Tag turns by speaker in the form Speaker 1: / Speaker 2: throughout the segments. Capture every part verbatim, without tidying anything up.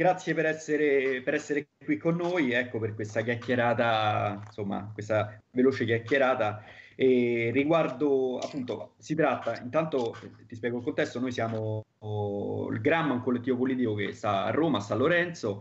Speaker 1: grazie per essere, per essere qui con noi, ecco, per questa chiacchierata, insomma, questa veloce chiacchierata. E riguardo, appunto, si tratta, intanto ti spiego il contesto, noi siamo oh, il Gramma, un collettivo politico che sta a Roma, a San Lorenzo,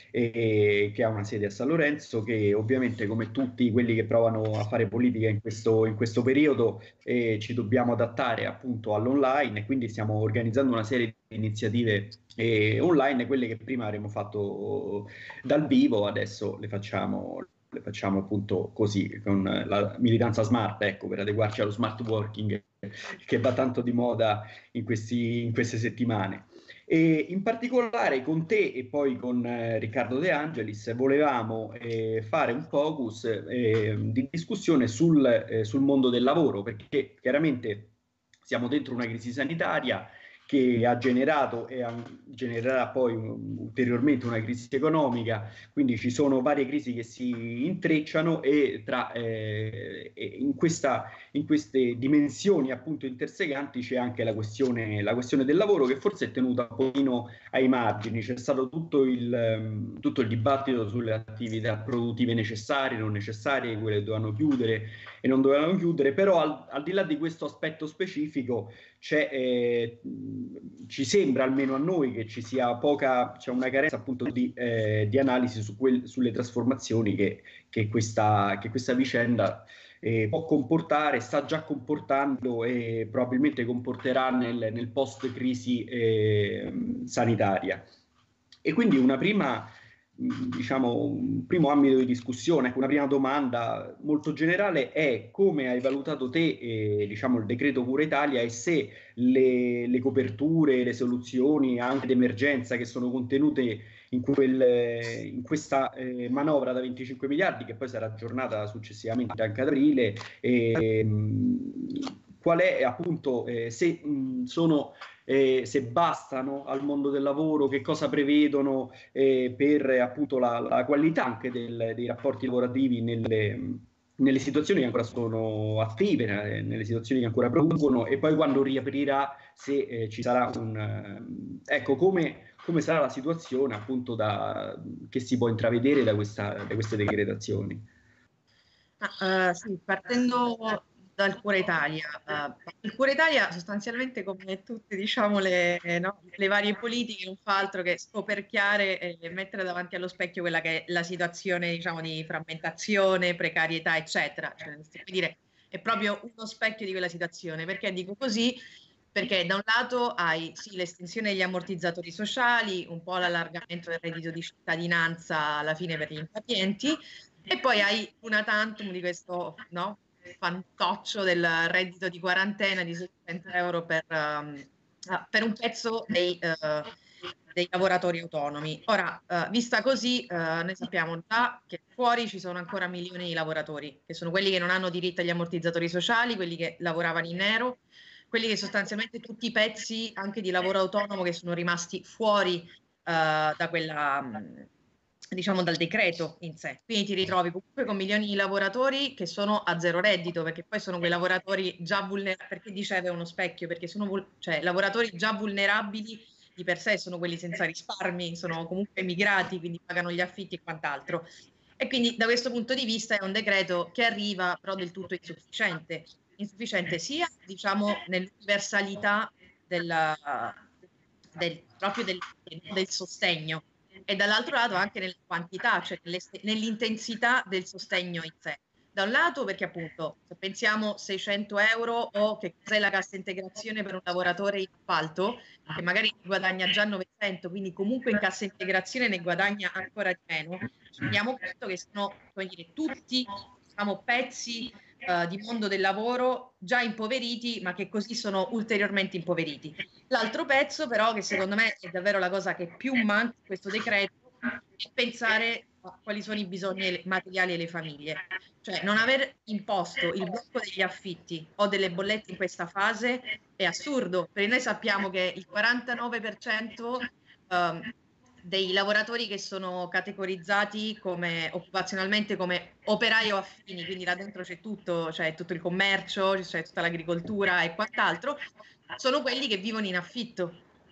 Speaker 1: e che ha una sede a San Lorenzo, che ovviamente come tutti quelli che provano a fare politica in questo, in questo periodo eh, ci dobbiamo adattare appunto all'online, e quindi stiamo organizzando una serie di iniziative eh, online, quelle che prima avremmo fatto dal vivo, adesso le facciamo, le facciamo appunto così, con la militanza smart, ecco, per adeguarci allo smart working che va tanto di moda in, questi, in queste settimane. E in particolare con te e poi con eh, Riccardo De Angelis volevamo eh, fare un focus eh, di discussione sul, eh, sul mondo del lavoro, perché chiaramente siamo dentro una crisi sanitaria che ha generato e ha, genererà poi un, ulteriormente una crisi economica, quindi ci sono varie crisi che si intrecciano e tra, eh, in, questa, in queste dimensioni appunto interseganti c'è anche la questione, la questione del lavoro, che forse è tenuta un pochino ai margini. C'è stato tutto il, tutto il dibattito sulle attività produttive necessarie, non necessarie, quelle che dovevano chiudere e non dovevano chiudere, però al, al di là di questo aspetto specifico c'è, eh, ci sembra almeno a noi che ci sia poca, c'è una carenza appunto di, eh, di analisi su quel, sulle trasformazioni che, che, questa, che questa vicenda eh, può comportare, sta già comportando e probabilmente comporterà nel, nel post-crisi eh, sanitaria. E quindi una prima, diciamo, un primo ambito di discussione, una prima domanda molto generale è: come hai valutato te, eh, diciamo, il decreto Cura Italia, e se le, le coperture, le soluzioni anche d'emergenza che sono contenute in, quel, in questa eh, manovra da venticinque miliardi, che poi sarà aggiornata successivamente anche ad aprile, eh, qual è appunto, eh, se mh, sono eh, se bastano al mondo del lavoro, che cosa prevedono eh, per appunto la, la qualità anche del, dei rapporti lavorativi nelle, nelle situazioni che ancora sono attive, eh, nelle situazioni che ancora producono, e poi quando riaprirà, se eh, ci sarà un... Eh, ecco, come, come sarà la situazione appunto da, che si può intravedere da, questa, da queste decretazioni.
Speaker 2: Ah, uh, sì, partendo dal Cura Italia. Uh, il Cura Italia sostanzialmente, come tutte diciamo le, no, le varie politiche, non fa altro che scoperchiare e mettere davanti allo specchio quella che è la situazione, diciamo, di frammentazione, precarietà, eccetera. Cioè, dire, è proprio uno specchio di quella situazione. Perché dico così? Perché da un lato hai sì l'estensione degli ammortizzatori sociali, un po' l'allargamento del reddito di cittadinanza alla fine per gli incapienti, e poi hai una tantum di questo, no, fantoccio del reddito di quarantena di seicento euro per, um, per un pezzo dei, uh, dei lavoratori autonomi. Ora, uh, vista così, uh, noi sappiamo già che fuori ci sono ancora milioni di lavoratori, che sono quelli che non hanno diritto agli ammortizzatori sociali, quelli che lavoravano in nero, quelli che sostanzialmente tutti i pezzi anche di lavoro autonomo che sono rimasti fuori uh, da quella... Um, diciamo dal decreto in sé. Quindi ti ritrovi comunque con milioni di lavoratori che sono a zero reddito, perché poi sono quei lavoratori già vulnerabili, perché diceva uno specchio, perché sono cioè, lavoratori già vulnerabili di per sé, sono quelli senza risparmi, sono comunque emigrati, quindi pagano gli affitti e quant'altro. E quindi da questo punto di vista è un decreto che arriva però del tutto insufficiente, insufficiente sia diciamo nell'universalità del, del, proprio del, del sostegno, e dall'altro lato anche nella quantità, cioè nell'intensità del sostegno in sé. Da un lato perché appunto se pensiamo seicento euro o che cos'è la cassa integrazione per un lavoratore in appalto che magari guadagna già novecento, quindi comunque in cassa integrazione ne guadagna ancora di meno, ci rendiamo conto che sono, come dire, tutti diciamo, pezzi uh, di mondo del lavoro già impoveriti, ma che così sono ulteriormente impoveriti. L'altro pezzo però, che secondo me è davvero la cosa che più manca in questo decreto, è pensare a quali sono i bisogni materiali delle famiglie. Cioè non aver imposto il blocco degli affitti o delle bollette in questa fase è assurdo, perché noi sappiamo che il quarantanove per cento um, dei lavoratori che sono categorizzati come occupazionalmente come operai o affini, quindi là dentro c'è tutto, c'è tutto il commercio, c'è tutta l'agricoltura e quant'altro, sono quelli che vivono in affitto.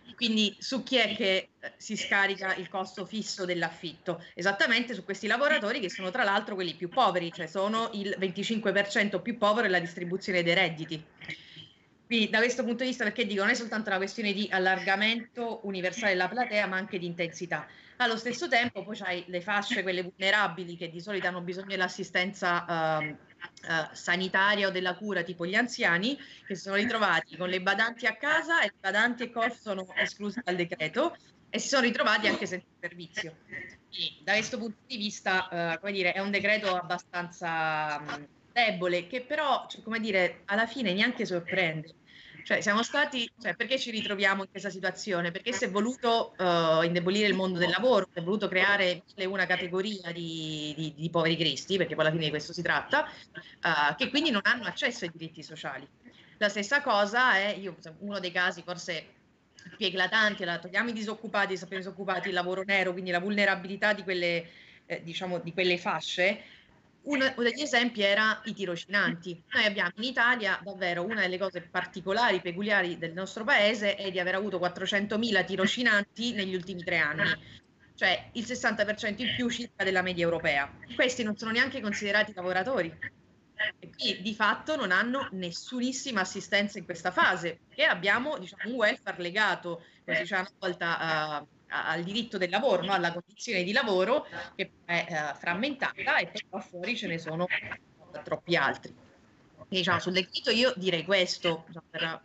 Speaker 2: Quindi su chi è che si scarica il costo fisso dell'affitto? Esattamente su questi lavoratori che sono tra l'altro quelli più poveri, cioè sono il venticinque per cento più povero nella distribuzione dei redditi. Quindi da questo punto di vista, perché dico, non è soltanto una questione di allargamento universale della platea, ma anche di intensità. Allo stesso tempo poi c'hai le fasce, quelle vulnerabili, che di solito hanno bisogno dell'assistenza eh, eh, sanitaria o della cura, tipo gli anziani, che si sono ritrovati con le badanti a casa e le badanti e C O F sono escluse dal decreto e si sono ritrovati anche senza servizio. Quindi, da questo punto di vista, eh, come dire, è un decreto abbastanza mh, debole, che però, cioè, come dire, alla fine neanche sorprende. Cioè, siamo stati, cioè, perché ci ritroviamo in questa situazione? Perché si è voluto uh, indebolire il mondo del lavoro, si è voluto creare una categoria di, di, di poveri cristi, perché poi alla fine di questo si tratta, uh, che quindi non hanno accesso ai diritti sociali. La stessa cosa è, io, uno dei casi forse più eclatanti, la, togliamo i disoccupati, i disoccupati, il lavoro nero, quindi la vulnerabilità di quelle, eh, diciamo, di quelle fasce. Uno degli esempi era i tirocinanti. Noi abbiamo in Italia davvero una delle cose particolari, peculiari del nostro paese è di aver avuto quattrocentomila tirocinanti negli ultimi tre anni, cioè il sessanta per cento in più circa della media europea. Questi non sono neanche considerati lavoratori e quindi di fatto non hanno nessunissima assistenza in questa fase, perché abbiamo, diciamo, un welfare legato, come si diceva una volta, a al diritto del lavoro, no? Alla condizione di lavoro che è uh, frammentata e poi fuori ce ne sono troppi altri. Quindi, diciamo, sul decreto io direi questo. Diciamo, per...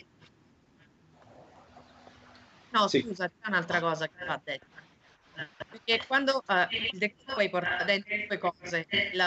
Speaker 2: No,
Speaker 1: sì.
Speaker 2: scusa, c'è un'altra cosa che va detta. Perché quando uh, il decreto poi porta dentro due cose, la,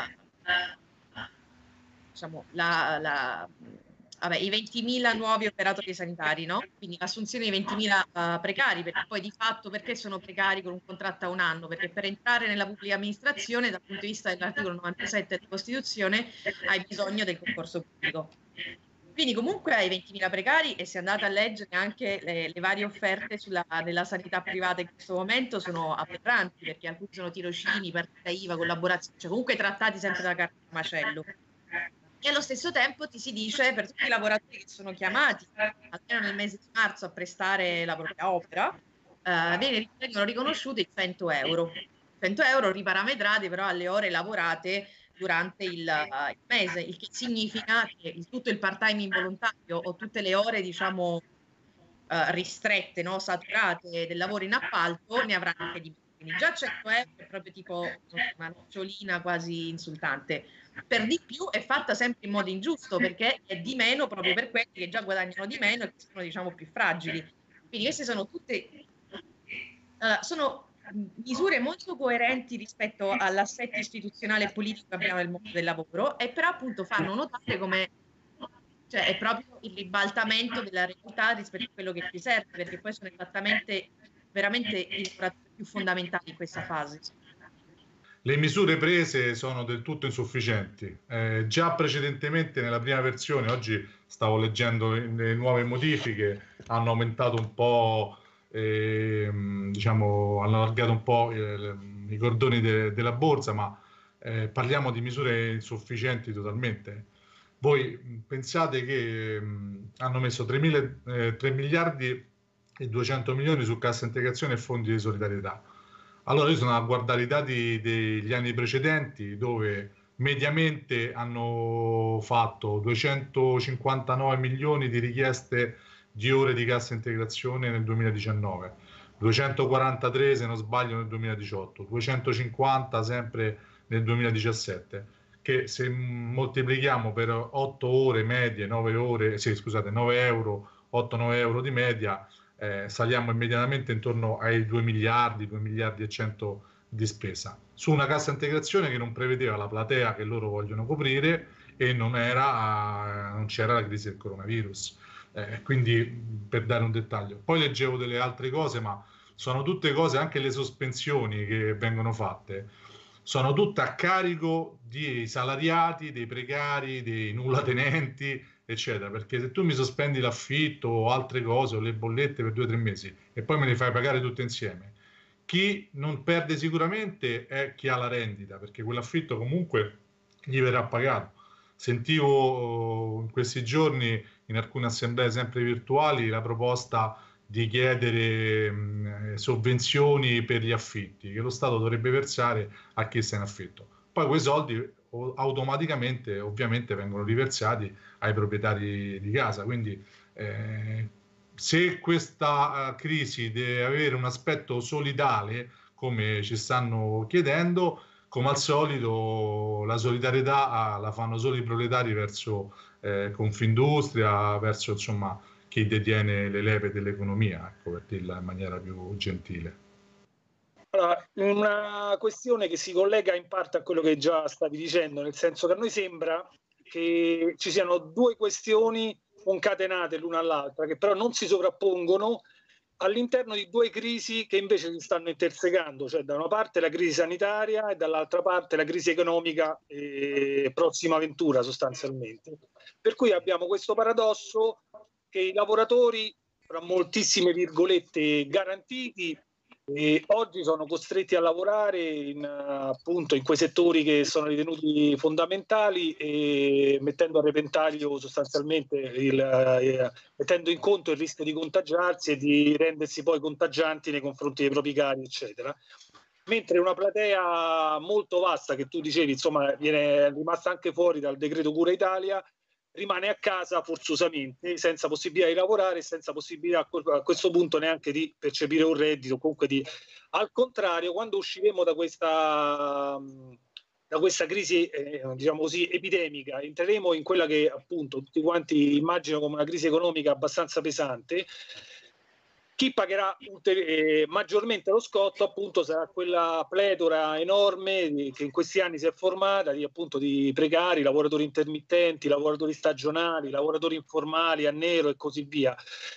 Speaker 2: uh, diciamo, la, la Vabbè, i ventimila nuovi operatori sanitari, no? Quindi l'assunzione di ventimila uh, precari, perché poi di fatto perché sono precari con un contratto a un anno? Perché per entrare nella pubblica amministrazione, dal punto di vista dell'articolo novantasette della Costituzione, hai bisogno del concorso pubblico. Quindi comunque hai ventimila precari e se andate a leggere anche le, le varie offerte sulla, nella sanità privata in questo momento sono aberranti, perché alcuni sono tirocini, partita I V A, collaborazione, cioè comunque trattati sempre da carta di macello. E allo stesso tempo ti si dice per tutti i lavoratori che sono chiamati almeno nel mese di marzo a prestare la propria opera, eh, vengono riconosciuti cento euro. cento euro riparametrati però alle ore lavorate durante il, uh, il mese, il che significa che il, tutto il part-time involontario o tutte le ore, diciamo, uh, ristrette, no, saturate del lavoro in appalto ne avranno anche di più. Quindi già cento euro è proprio tipo una nocciolina quasi insultante. Per di più è fatta sempre in modo ingiusto perché è di meno proprio per quelli che già guadagnano di meno e che sono, diciamo, più fragili. Quindi queste sono tutte uh, sono misure molto coerenti rispetto all'assetto istituzionale e politico che abbiamo nel mondo del lavoro e però appunto fanno notare come cioè, è proprio il ribaltamento della realtà rispetto a quello che ci serve, perché poi sono esattamente veramente i lavoratori più fondamentali in questa fase.
Speaker 3: Le misure prese sono del tutto insufficienti. Eh, già precedentemente nella prima versione, oggi stavo leggendo le nuove modifiche, hanno aumentato un po', eh, diciamo, hanno allargato un po' eh, i cordoni de- della borsa, ma eh, parliamo di misure insufficienti totalmente. Voi pensate che mh, hanno messo tre miliardi e duecento milioni su cassa integrazione e fondi di solidarietà. Allora io sono a guardare i dati degli anni precedenti dove mediamente hanno fatto duecentocinquantanove milioni di richieste di ore di cassa integrazione nel duemiladiciannove, duecentoquarantatré se non sbaglio nel duemiladiciotto, duecentocinquanta sempre nel duemiladiciassette, che se moltiplichiamo per otto ore medie, nove ore, sì scusate, nove euro, otto nove euro di media, Eh, saliamo immediatamente intorno ai due miliardi, due miliardi e cento di spesa, su una cassa integrazione che non prevedeva la platea che loro vogliono coprire e non, era, non c'era la crisi del coronavirus. Eh, quindi, per dare un dettaglio. Poi leggevo delle altre cose, ma sono tutte cose, anche le sospensioni che vengono fatte, sono tutte a carico dei salariati, dei precari, dei nullatenenti, eccetera, perché se tu mi sospendi l'affitto o altre cose o le bollette per due o tre mesi e poi me le fai pagare tutte insieme, chi non perde sicuramente è chi ha la rendita, perché quell'affitto comunque gli verrà pagato. Sentivo in questi giorni in alcune assemblee sempre virtuali la proposta di chiedere mh, sovvenzioni per gli affitti che lo Stato dovrebbe versare a chi sta in affitto. Poi quei soldi automaticamente ovviamente vengono riversati ai proprietari di casa, quindi eh, se questa uh, crisi deve avere un aspetto solidale, come ci stanno chiedendo, come al solito la solidarietà la fanno solo i proletari verso eh, Confindustria, verso insomma chi detiene le leve dell'economia, ecco, per dirla in maniera più gentile.
Speaker 4: Allora, una questione che si collega in parte a quello che già stavi dicendo, nel senso che a noi sembra che ci siano due questioni concatenate l'una all'altra, che però non si sovrappongono all'interno di due crisi che invece si stanno intersecando, cioè da una parte la crisi sanitaria e dall'altra parte la crisi economica e prossima ventura sostanzialmente. Per cui abbiamo questo paradosso che i lavoratori, tra moltissime virgolette, garantiti, e oggi sono costretti a lavorare in, appunto, in quei settori che sono ritenuti fondamentali e mettendo a repentaglio sostanzialmente il, eh, mettendo in conto il rischio di contagiarsi e di rendersi poi contagianti nei confronti dei propri cari, eccetera. Mentre una platea molto vasta, che tu dicevi, insomma, viene rimasta anche fuori dal decreto Cura Italia, rimane a casa forzosamente, senza possibilità di lavorare e senza possibilità a questo punto neanche di percepire un reddito. Comunque di... Al contrario, quando usciremo da questa, da questa crisi eh, diciamo così, epidemica, entreremo in quella che appunto tutti quanti immaginano come una crisi economica abbastanza pesante. Chi pagherà eh, maggiormente lo scotto appunto sarà quella pletora enorme di, che in questi anni si è formata di, appunto, di precari, lavoratori intermittenti, lavoratori stagionali, lavoratori informali a nero e così via.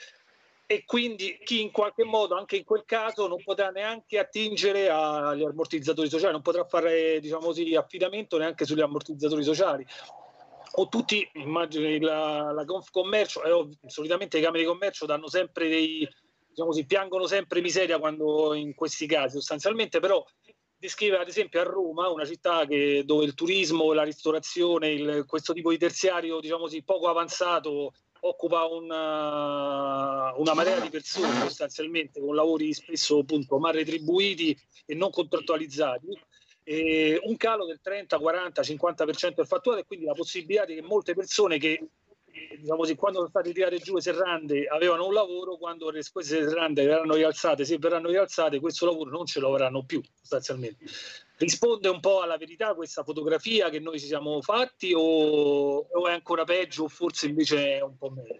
Speaker 4: E quindi chi in qualche modo anche in quel caso non potrà neanche attingere agli ammortizzatori sociali, non potrà fare diciamo così, affidamento neanche sugli ammortizzatori sociali. O tutti, immagini la, la Confcommercio, eh, solitamente le Camere di Commercio danno sempre dei... diciamo così, piangono sempre miseria quando in questi casi sostanzialmente, però descrive ad esempio a Roma, una città che, dove il turismo, la ristorazione, il, questo tipo di terziario diciamo così, poco avanzato occupa una, una marea di persone sostanzialmente con lavori spesso appunto mal retribuiti e non contrattualizzati, e un calo del trenta, quaranta, cinquanta per cento del fatturato e quindi la possibilità di che molte persone che diciamo così, quando sono state tirate giù le serrande avevano un lavoro, quando queste serrande verranno rialzate, se verranno rialzate questo lavoro non ce lo avranno più sostanzialmente. Risponde un po' alla verità questa fotografia che noi ci siamo fatti o, o è ancora peggio o forse invece è un po' meglio?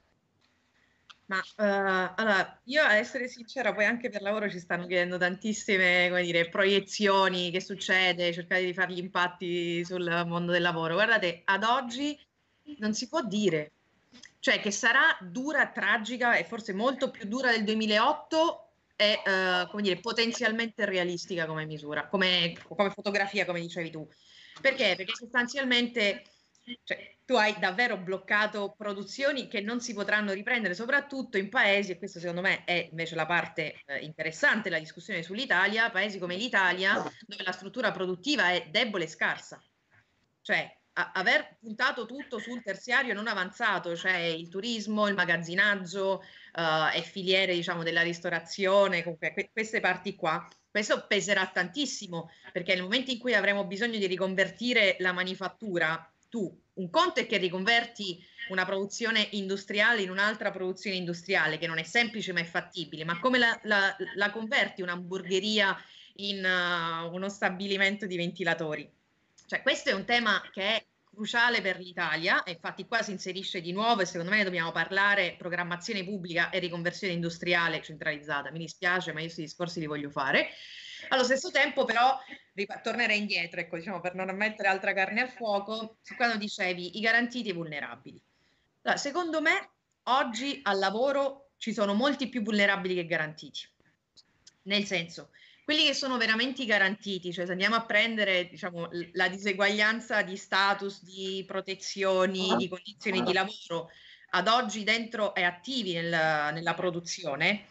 Speaker 2: Ma uh, allora, io a essere sincera, poi anche per lavoro ci stanno chiedendo tantissime, come dire, proiezioni, che succede, cercate di fare gli impatti sul mondo del lavoro. Guardate, ad oggi non si può dire, cioè che sarà dura, tragica e forse molto più dura del duemilaotto è uh, come dire, potenzialmente realistica come misura, come, come fotografia, come dicevi tu. Perché? Perché sostanzialmente cioè, tu hai davvero bloccato produzioni che non si potranno riprendere, soprattutto in paesi, e questo secondo me è invece la parte eh, interessante della discussione sull'Italia, paesi come l'Italia, dove la struttura produttiva è debole e scarsa. Cioè, a- aver puntato tutto sul terziario non avanzato, cioè il turismo, il magazzinaggio uh, e filiere, diciamo, della ristorazione, comunque que- queste parti qua, questo peserà tantissimo, perché nel momento in cui avremo bisogno di riconvertire la manifattura, tu, un conto è che riconverti una produzione industriale in un'altra produzione industriale, che non è semplice ma è fattibile, ma come la, la, la converti un'hamburgeria in uh, uno stabilimento di ventilatori? Cioè, questo è un tema che è cruciale per l'Italia, e infatti qua si inserisce di nuovo, e secondo me ne dobbiamo parlare, programmazione pubblica e riconversione industriale centralizzata. Mi dispiace, ma io questi discorsi li voglio fare. Allo stesso tempo però tornerei indietro, ecco, diciamo, per non mettere altra carne al fuoco, su quando dicevi i garantiti e i vulnerabili. Allora, secondo me oggi al lavoro ci sono molti più vulnerabili che garantiti, nel senso, quelli che sono veramente i garantiti, cioè se andiamo a prendere, diciamo, la diseguaglianza di status, di protezioni, di condizioni di lavoro ad oggi dentro e attivi nel, nella produzione,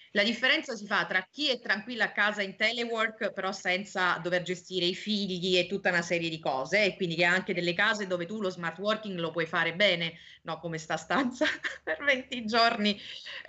Speaker 2: La differenza si fa tra chi è tranquilla a casa in telework, però senza dover gestire i figli e tutta una serie di cose, e quindi che ha anche delle case dove tu lo smart working lo puoi fare bene, no, come sta stanza per venti giorni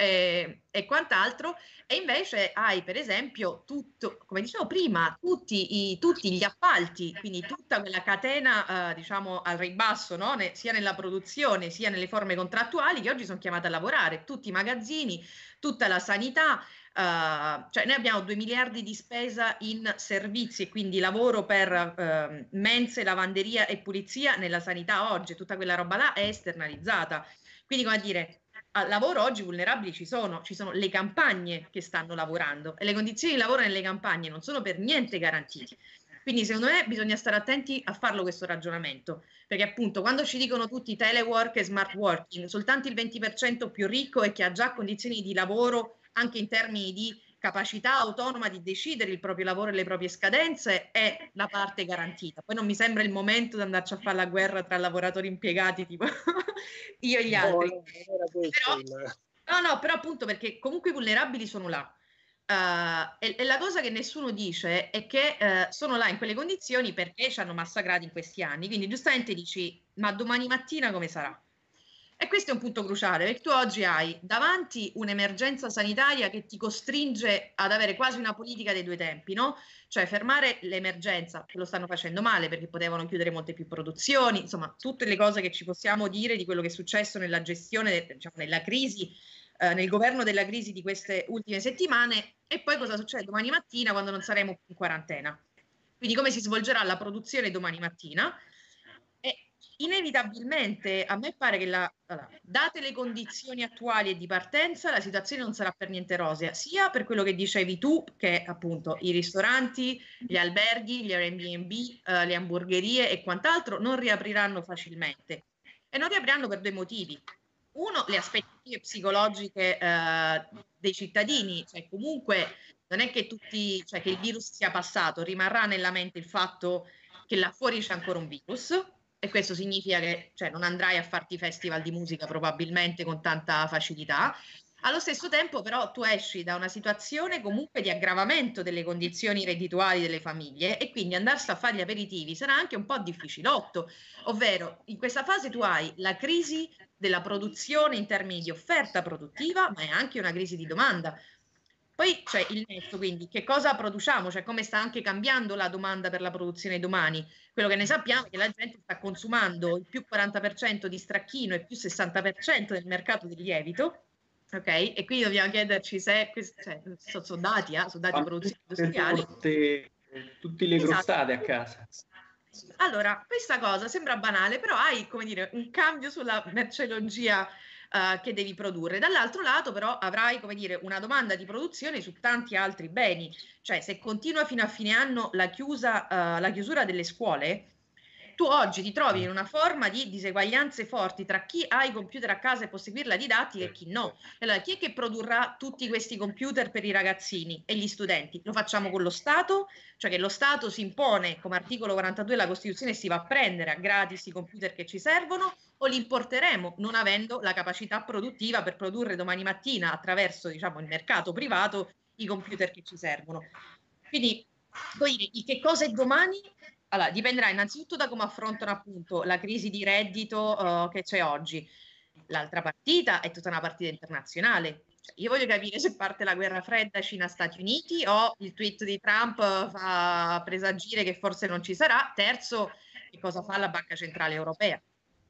Speaker 2: eh, e quant'altro, e invece hai per esempio tutto, come dicevo prima, tutti, i, tutti gli appalti, quindi tutta quella catena eh, diciamo al ribasso, no? Ne, sia nella produzione sia nelle forme contrattuali, che oggi sono chiamate a lavorare, tutti i magazzini, tutta la sanità, uh, cioè noi abbiamo due miliardi di spesa in servizi e quindi lavoro per uh, mense, lavanderia e pulizia nella sanità oggi, tutta quella roba là è esternalizzata. Quindi come a dire, al lavoro oggi vulnerabili ci sono, ci sono le campagne che stanno lavorando e le condizioni di lavoro nelle campagne non sono per niente garantite. Quindi secondo me bisogna stare attenti a farlo questo ragionamento, perché appunto quando ci dicono tutti telework e smart working, soltanto il venti per cento più ricco e che ha già condizioni di lavoro anche in termini di capacità autonoma di decidere il proprio lavoro e le proprie scadenze è la parte garantita. Poi non mi sembra il momento di andarci a fare la guerra tra lavoratori impiegati tipo io e gli altri.
Speaker 4: No, no,
Speaker 2: però, no, no, però appunto perché comunque i vulnerabili sono là. Uh, e, e la cosa che nessuno dice è che uh, sono là in quelle condizioni perché ci hanno massacrati in questi anni, quindi giustamente dici ma domani mattina come sarà? E questo è un punto cruciale, perché tu oggi hai davanti un'emergenza sanitaria che ti costringe ad avere quasi una politica dei due tempi, no? Cioè fermare l'emergenza, che lo stanno facendo male perché potevano chiudere molte più produzioni, insomma tutte le cose che ci possiamo dire di quello che è successo nella gestione, diciamo nella crisi, eh, nel governo della crisi di queste ultime settimane. E poi cosa succede domani mattina quando non saremo più in quarantena? Quindi come si svolgerà la produzione domani mattina? E inevitabilmente a me pare che la, allora, date le condizioni attuali e di partenza, la situazione non sarà per niente rosea, sia per quello che dicevi tu, che appunto i ristoranti, gli alberghi, gli Airbnb, eh, le hamburgerie e quant'altro non riapriranno facilmente. E non riapriranno per due motivi. Uno, le aspettative psicologiche eh, dei cittadini, cioè comunque non è che tutti, cioè che il virus sia passato, rimarrà nella mente il fatto che là fuori c'è ancora un virus e questo significa che cioè, non andrai a farti festival di musica probabilmente con tanta facilità. Allo stesso tempo però tu esci da una situazione comunque di aggravamento delle condizioni reddituali delle famiglie e quindi andarsi a fare gli aperitivi sarà anche un po' difficilotto, ovvero in questa fase tu hai la crisi della produzione in termini di offerta produttiva, ma è anche una crisi di domanda. Poi c'è il nesso, quindi che cosa produciamo, cioè come sta anche cambiando la domanda per la produzione domani. Quello che ne sappiamo è che la gente sta consumando il più quaranta per cento di stracchino e più sessanta per cento del mercato del lievito, ok? E quindi dobbiamo chiederci se, cioè, sono, sono dati, eh, sono dati di produzione industriali.
Speaker 1: Tutte, tutte le crostate esatto. a casa.
Speaker 2: Allora, questa cosa sembra banale, però hai, come dire, un cambio sulla merceologia uh, che devi produrre. Dall'altro lato, però, avrai, come dire, una domanda di produzione su tanti altri beni. Cioè, se continua fino a fine anno la, chiusa, uh, la chiusura delle scuole, tu oggi ti trovi in una forma di diseguaglianze forti tra chi ha i computer a casa e può seguire la didattica e chi no. Allora, chi è che produrrà tutti questi computer per i ragazzini e gli studenti? Lo facciamo con lo Stato? Cioè che lo Stato si impone, come articolo quarantadue della Costituzione, si va a prendere a gratis i computer che ci servono, o li importeremo non avendo la capacità produttiva per produrre domani mattina attraverso, diciamo, il mercato privato i computer che ci servono. Quindi, vuol dire, che cosa è domani? Allora, dipenderà innanzitutto da come affrontano appunto la crisi di reddito uh, che c'è oggi. L'altra partita è tutta una partita internazionale. Cioè, io voglio capire se parte la guerra fredda Cina-Stati Uniti o il tweet di Trump fa presagire che forse non ci sarà. Terzo, che cosa fa la Banca Centrale Europea?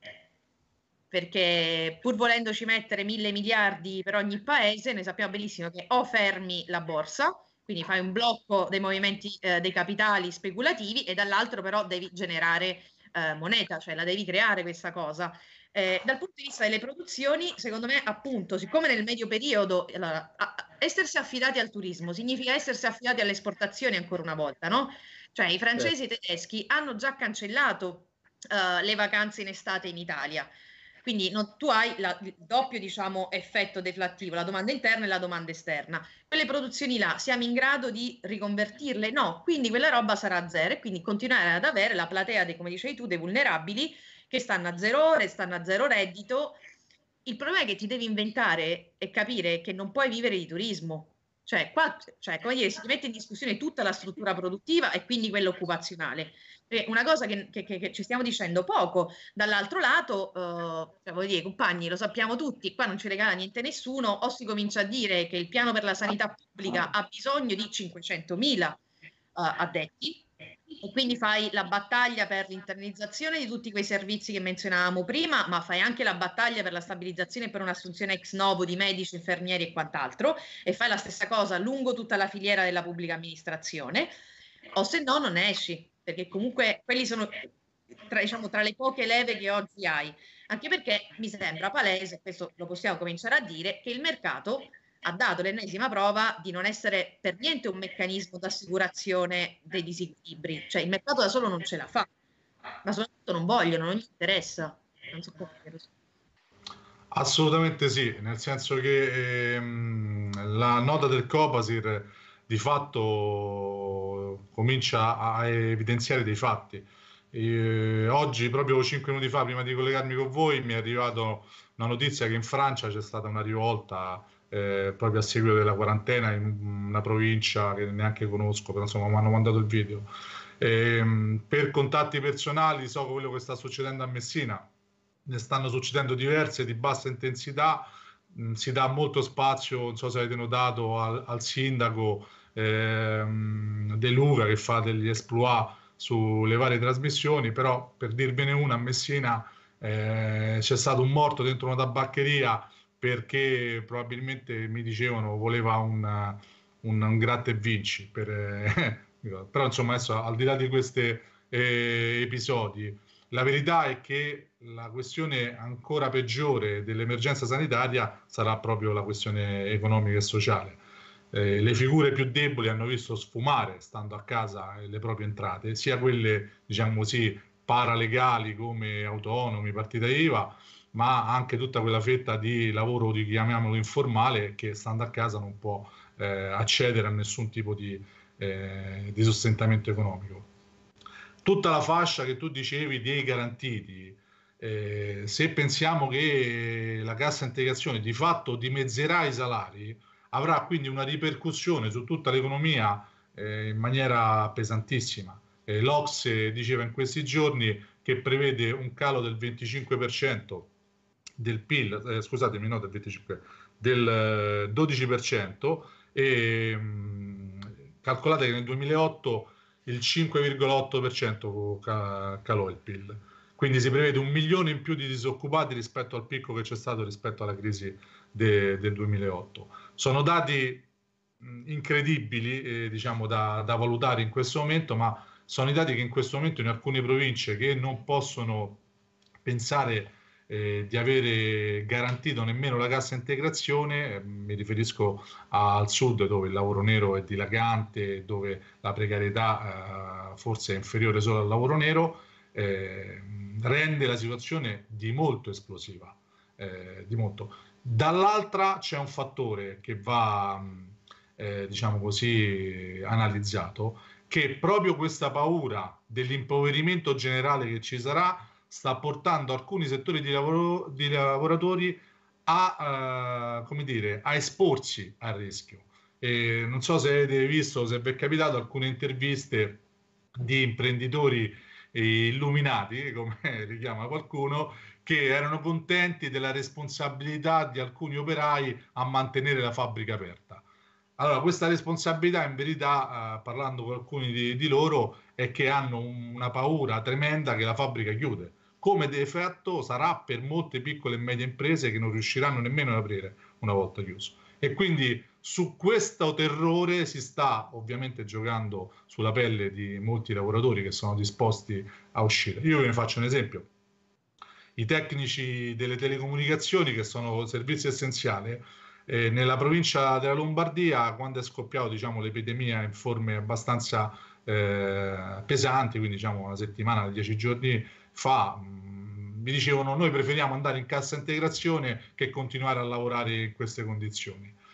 Speaker 2: Perché pur volendoci mettere mille miliardi per ogni paese, noi sappiamo benissimo che o fermi la borsa, quindi fai un blocco dei movimenti eh, dei capitali speculativi e dall'altro però devi generare eh, moneta, cioè la devi creare questa cosa. Eh, dal punto di vista delle produzioni, secondo me appunto, siccome nel medio periodo allora, a, a, essersi affidati al turismo significa essersi affidati alle esportazioni ancora una volta, no? Cioè i francesi e i tedeschi hanno già cancellato uh, le vacanze in estate in Italia. Quindi non, tu hai la, il doppio diciamo, effetto deflattivo, la domanda interna e la domanda esterna. Quelle produzioni là siamo in grado di riconvertirle? No, quindi quella roba sarà zero e quindi continuare ad avere la platea, dei, come dicevi tu, dei vulnerabili che stanno a zero ore, stanno a zero reddito. Il problema è che ti devi inventare e capire che non puoi vivere di turismo. Cioè, qua, cioè, come dire, si mette in discussione tutta la struttura produttiva e quindi quella occupazionale. E una cosa che, che, che ci stiamo dicendo poco, dall'altro lato, eh, cioè, voglio dire, compagni, lo sappiamo tutti, qua non ci regala niente nessuno, o si comincia a dire che il piano per la sanità pubblica ha bisogno di cinquecentomila uh, addetti, e quindi fai la battaglia per l'internalizzazione di tutti quei servizi che menzionavamo prima, ma fai anche la battaglia per la stabilizzazione e per un'assunzione ex novo di medici, infermieri e quant'altro, e fai la stessa cosa lungo tutta la filiera della pubblica amministrazione, o se no non esci, perché comunque quelli sono tra, diciamo, tra le poche leve che oggi hai, anche perché mi sembra palese, questo lo possiamo cominciare a dire, che il mercato ha dato l'ennesima prova di non essere per niente un meccanismo d'assicurazione dei disequilibri, cioè il mercato da solo non ce la fa, ma soprattutto non vogliono, non gli interessa. Non so come dire.
Speaker 3: Assolutamente sì, nel senso che ehm, la nota del Copasir di fatto comincia a evidenziare dei fatti. E oggi, proprio cinque minuti fa, prima di collegarmi con voi, mi è arrivata una notizia che in Francia c'è stata una rivolta eh, proprio a seguito della quarantena in una provincia che neanche conosco, però insomma mi hanno mandato il video. E, per contatti personali so quello che sta succedendo a Messina, ne stanno succedendo diverse di bassa intensità, mh, si dà molto spazio, non so se avete notato, al, al sindaco ehm, De Luca che fa degli exploit sulle varie trasmissioni, però per dirvene una, a Messina eh, c'è stato un morto dentro una tabaccheria perché probabilmente mi dicevano voleva un, un, un gratta e vinci, per, eh, però insomma adesso al di là di questi eh, episodi, la verità è che la questione ancora peggiore dell'emergenza sanitaria sarà proprio la questione economica e sociale. Eh, le figure più deboli hanno visto sfumare, stando a casa, le proprie entrate, sia quelle, diciamo così, paralegali come autonomi, partita I V A, ma anche tutta quella fetta di lavoro, di chiamiamolo informale, che stando a casa non può eh, accedere a nessun tipo di, eh, di sostentamento economico. Tutta la fascia che tu dicevi dei garantiti, eh, se pensiamo che la cassa integrazione di fatto dimezzerà i salari, avrà quindi una ripercussione su tutta l'economia eh, in maniera pesantissima. Eh, L'Ocse diceva in questi giorni che prevede un calo del venticinque per cento del P I L, eh, scusatemi, no del venticinque, del dodici per cento, e mh, calcolate che nel duemilaotto il cinque virgola otto per cento calò il P I L. Quindi si prevede un milione in più di disoccupati rispetto al picco che c'è stato rispetto alla crisi de, del duemilaotto. Sono dati mh, incredibili, eh, diciamo, da, da valutare in questo momento, ma sono i dati che in questo momento in alcune province che non possono pensare eh, di avere garantito nemmeno la cassa integrazione, eh, mi riferisco al sud dove il lavoro nero è dilagante, dove la precarietà eh, forse è inferiore solo al lavoro nero, eh, rende la situazione di molto esplosiva, eh, di molto. Dall'altra c'è un fattore che va, eh, diciamo così, analizzato, che proprio questa paura dell'impoverimento generale che ci sarà sta portando alcuni settori di, lavoro, di lavoratori a, uh, come dire, a esporsi al rischio. E non so se avete visto, se vi è capitato, alcune interviste di imprenditori illuminati, come li chiama qualcuno, che erano contenti della responsabilità di alcuni operai a mantenere la fabbrica aperta. Allora, questa responsabilità, in verità, eh, parlando con alcuni di, di loro, è che hanno una paura tremenda che la fabbrica chiude, come de fatto sarà per molte piccole e medie imprese che non riusciranno nemmeno ad aprire una volta chiuso. E quindi su questo terrore si sta ovviamente giocando sulla pelle di molti lavoratori che sono disposti a uscire. Io ve ne faccio un esempio. I tecnici delle telecomunicazioni, che sono servizi essenziali, eh, nella provincia della Lombardia, quando è scoppiato, diciamo, l'epidemia in forme abbastanza eh, pesanti, quindi diciamo una settimana, dieci giorni fa, mh, mi dicevano: noi preferiamo andare in cassa integrazione che continuare a lavorare in queste condizioni.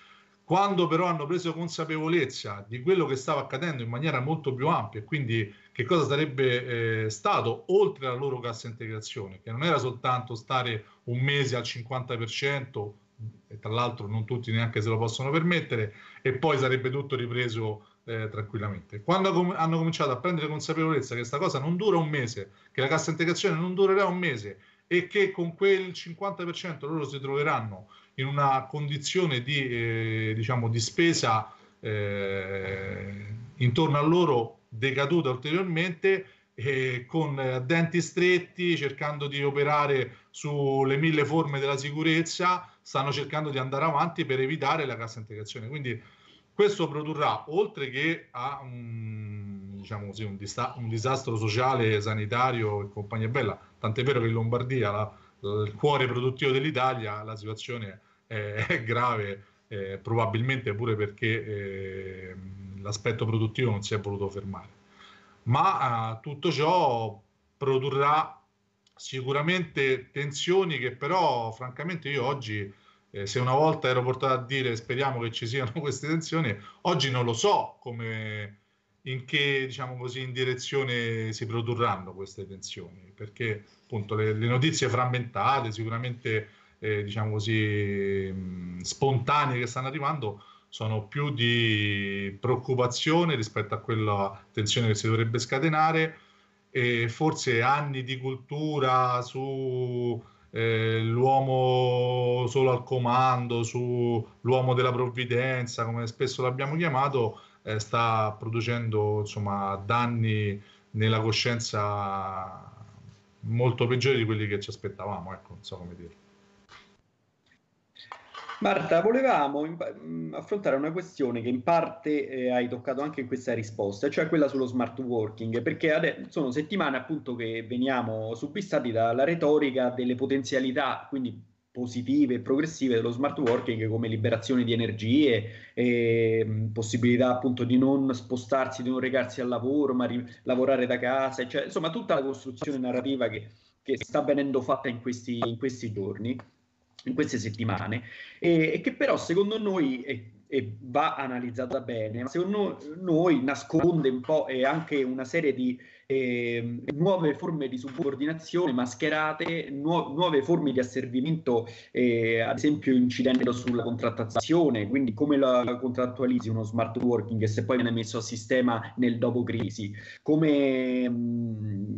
Speaker 3: Quando però hanno preso consapevolezza di quello che stava accadendo in maniera molto più ampia, e quindi che cosa sarebbe eh, stato oltre la loro cassa integrazione, che non era soltanto stare un mese al cinquanta per cento, e tra l'altro non tutti neanche se lo possono permettere, e poi sarebbe tutto ripreso eh, tranquillamente. Quando com- hanno cominciato a prendere consapevolezza che questa cosa non dura un mese, che la cassa integrazione non durerà un mese, e che con quel cinquanta per cento loro si troveranno in una condizione di, eh, diciamo, di spesa eh, intorno a loro decaduta ulteriormente, eh, con denti stretti, cercando di operare sulle mille forme della sicurezza, stanno cercando di andare avanti per evitare la cassa integrazione. Quindi questo produrrà, oltre che a un, diciamo così, un, dista- un disastro sociale, sanitario e compagnia bella, tant'è vero che in Lombardia, la, il cuore produttivo dell'Italia, la situazione è, è grave, eh, probabilmente pure perché eh, l'aspetto produttivo non si è voluto fermare. Ma eh, tutto ciò produrrà sicuramente tensioni che però francamente io oggi, eh, se una volta ero portato a dire speriamo che ci siano queste tensioni, oggi non lo so come, in che, diciamo così, in direzione si produrranno queste tensioni, perché appunto le, le notizie frammentate, sicuramente eh, diciamo così mh, spontanee che stanno arrivando, sono più di preoccupazione rispetto a quella tensione che si dovrebbe scatenare, e forse anni di cultura su eh, l'uomo solo al comando, sull'uomo della provvidenza, come spesso l'abbiamo chiamato, eh, sta producendo insomma danni nella coscienza molto peggiori di quelli che ci aspettavamo, ecco, non so come dire.
Speaker 1: Marta, volevamo in, affrontare una questione che in parte eh, hai toccato anche in questa risposta, cioè quella sullo smart working, perché adesso sono settimane appunto che veniamo subissati dalla retorica delle potenzialità, quindi positive e progressive dello smart working, come liberazione di energie, e, possibilità appunto di non spostarsi, di non recarsi al lavoro, ma ri- lavorare da casa, cioè, insomma tutta la costruzione narrativa che, che sta venendo fatta in questi, in questi giorni, in queste settimane, e, e che però secondo noi è, e va analizzata bene, ma secondo noi nasconde un po' e anche una serie di eh, nuove forme di subordinazione mascherate, nu- nuove forme di asservimento, eh, ad esempio incidendo sulla contrattazione, quindi come la contrattualizzi uno smart working e se poi viene messo a sistema nel dopo crisi, come mh,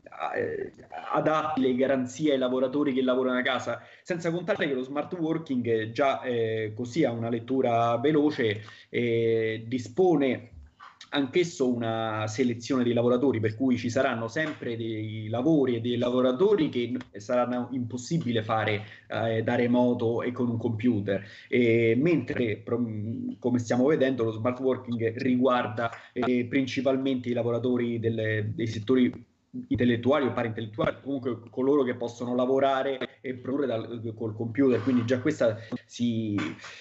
Speaker 1: adatti le garanzie ai lavoratori che lavorano a casa, senza contare che lo smart working già eh, così a una lettura veloce eh, dispone anch'esso una selezione dei lavoratori, per cui ci saranno sempre dei lavori e dei lavoratori che saranno impossibile fare eh, da remoto e con un computer, e mentre come stiamo vedendo lo smart working riguarda eh, principalmente i lavoratori delle, dei settori intellettuali o paraintellettuali, comunque coloro che possono lavorare e produrre dal, col computer, quindi già questa si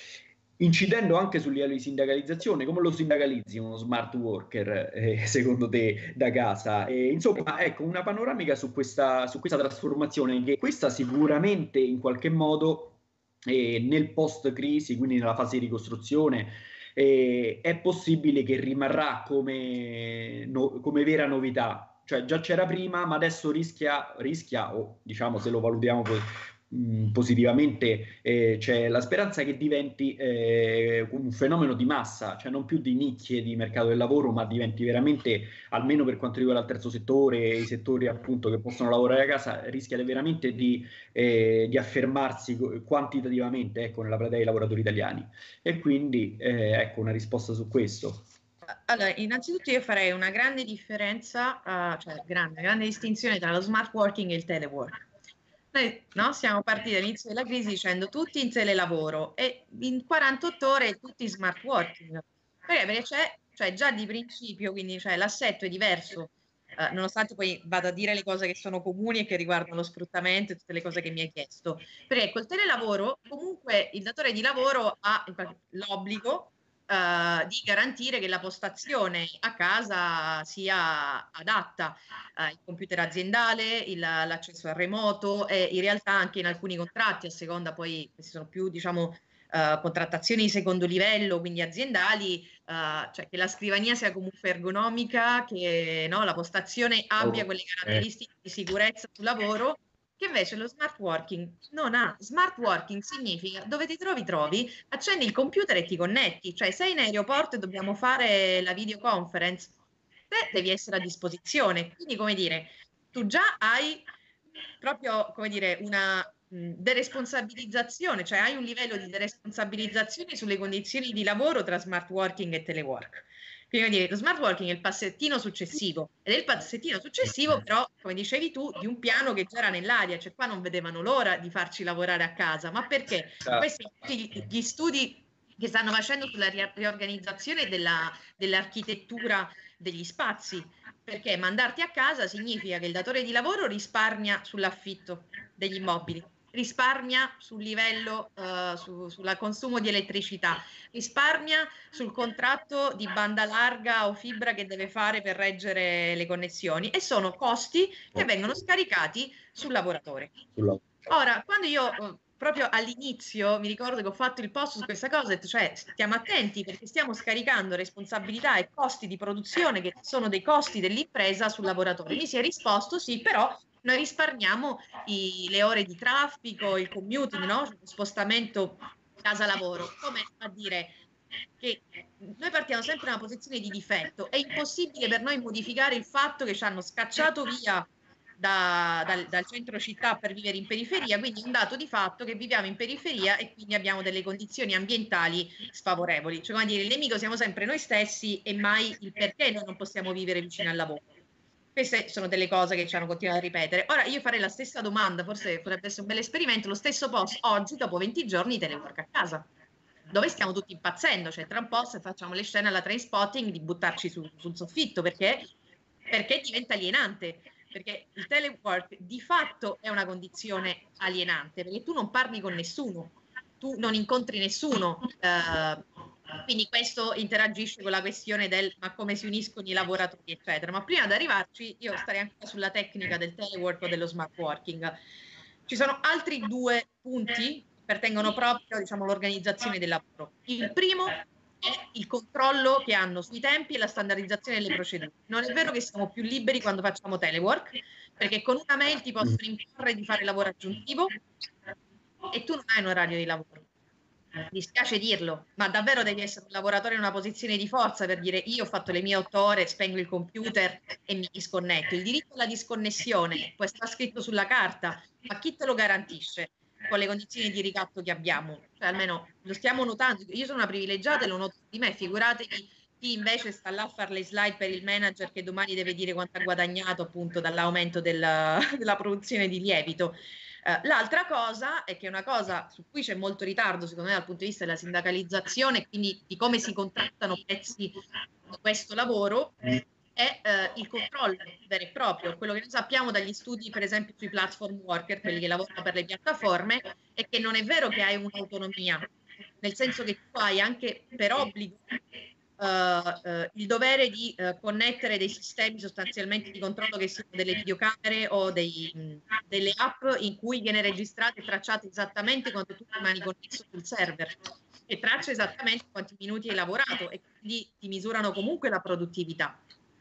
Speaker 1: incidendo anche sul livello di sindacalizzazione. Come lo sindacalizzi uno smart worker eh, secondo te da casa? E, insomma, ecco una panoramica su questa, su questa trasformazione, che questa sicuramente in qualche modo eh, nel post crisi, quindi nella fase di ricostruzione, eh, è possibile che rimarrà come, no, come vera novità. Cioè già c'era prima, ma adesso rischia, rischia o diciamo se lo valutiamo mh, positivamente, eh, c'è la speranza che diventi eh, un fenomeno di massa, cioè non più di nicchie di mercato del lavoro, ma diventi veramente, almeno per quanto riguarda il terzo settore, i settori appunto che possono lavorare a casa, rischia veramente di, eh, di affermarsi quantitativamente, ecco, nella platea dei lavoratori italiani. E quindi eh, ecco una risposta su questo.
Speaker 2: Allora, innanzitutto io farei una grande differenza, uh, cioè grande, grande distinzione tra lo smart working e il telework. Noi no, siamo partiti all'inizio della crisi dicendo tutti in telelavoro e in quarantotto ore tutti smart working. Perché? Perché c'è, cioè già di principio, quindi cioè, l'assetto è diverso, uh, nonostante poi vado a dire le cose che sono comuni e che riguardano lo sfruttamento e tutte le cose che mi hai chiesto. Perché col telelavoro comunque il datore di lavoro ha l'obbligo Uh, di garantire che la postazione a casa sia adatta, uh, il computer aziendale, il, l'accesso al remoto e in realtà anche in alcuni contratti, a seconda poi, questi sono più diciamo uh, contrattazioni di secondo livello, quindi aziendali, uh, cioè che la scrivania sia comunque ergonomica, che no, la postazione abbia quelle caratteristiche di sicurezza sul lavoro, che invece lo smart working non ha. Smart working significa dove ti trovi trovi, accendi il computer e ti connetti, cioè sei in aeroporto e dobbiamo fare la videoconference, te devi essere a disposizione, quindi come dire, tu già hai proprio come dire una mh, deresponsabilizzazione, cioè hai un livello di deresponsabilizzazione sulle condizioni di lavoro tra smart working e telework. Quindi dire, lo smart working è il passettino successivo ed è il passettino successivo però, come dicevi tu, di un piano che già era nell'aria, cioè qua non vedevano l'ora di farci lavorare a casa, ma perché? Questi tutti gli studi che stanno facendo sulla riorganizzazione della, dell'architettura degli spazi, perché mandarti a casa significa che il datore di lavoro risparmia sull'affitto degli immobili, risparmia sul livello, uh, su, sul consumo di elettricità, risparmia sul contratto di banda larga o fibra che deve fare per reggere le connessioni e sono costi che vengono scaricati sul lavoratore. Ora, quando io uh, proprio all'inizio mi ricordo che ho fatto il post su questa cosa, cioè stiamo attenti perché stiamo scaricando responsabilità e costi di produzione che sono dei costi dell'impresa sul lavoratore. Mi si è risposto sì, però noi risparmiamo i, le ore di traffico, il commuting, no? Lo spostamento casa-lavoro, come a dire che noi partiamo sempre da una posizione di difetto, è impossibile per noi modificare il fatto che ci hanno scacciato via da, dal, dal centro città per vivere in periferia, quindi è un dato di fatto che viviamo in periferia e quindi abbiamo delle condizioni ambientali sfavorevoli, cioè come dire, il nemico siamo sempre noi stessi e mai il perché noi non possiamo vivere vicino al lavoro. Queste sono delle cose che ci hanno continuato a ripetere. Ora io farei la stessa domanda, forse potrebbe essere un bel esperimento, lo stesso post oggi dopo venti giorni di telework a casa, dove stiamo tutti impazzendo, cioè tra un po' se facciamo le scene alla Trainspotting di buttarci su, sul soffitto, perché, perché diventa alienante, perché il telework di fatto è una condizione alienante, perché tu non parli con nessuno, tu non incontri nessuno, eh, quindi questo interagisce con la questione del ma come si uniscono i lavoratori eccetera, ma prima di arrivarci io starei anche sulla tecnica del telework o dello smart working. Ci sono altri due punti che pertengono proprio, diciamo, all'organizzazione del lavoro. Il primo è il controllo che hanno sui tempi e la standardizzazione delle procedure. Non è vero che siamo più liberi quando facciamo telework, perché con una mail ti possono imporre di fare lavoro aggiuntivo e tu non hai un orario di lavoro. Mi dispiace dirlo, ma davvero devi essere un lavoratore in una posizione di forza per dire io ho fatto le mie otto ore, spengo il computer e mi disconnetto. Il diritto alla disconnessione può essere scritto sulla carta, ma chi te lo garantisce con le condizioni di ricatto che abbiamo? Cioè almeno lo stiamo notando, io sono una privilegiata e lo noto di me, figuratevi chi invece sta là a fare le slide per il manager che domani deve dire quanto ha guadagnato appunto dall'aumento della, della produzione di lievito. Uh, l'altra cosa è che è una cosa su cui c'è molto ritardo secondo me dal punto di vista della sindacalizzazione, quindi di come si contrattano pezzi di questo lavoro, è uh, il controllo vero e proprio. Quello che noi sappiamo dagli studi per esempio sui platform worker, quelli che lavorano per le piattaforme, è che non è vero che hai un'autonomia, nel senso che tu hai anche per obbligo Uh, uh, il dovere di uh, connettere dei sistemi sostanzialmente di controllo che siano delle videocamere o dei, mh, delle app in cui viene registrato e tracciato esattamente quando tu rimani connesso sul server e traccia esattamente quanti minuti hai lavorato e quindi ti misurano comunque la produttività,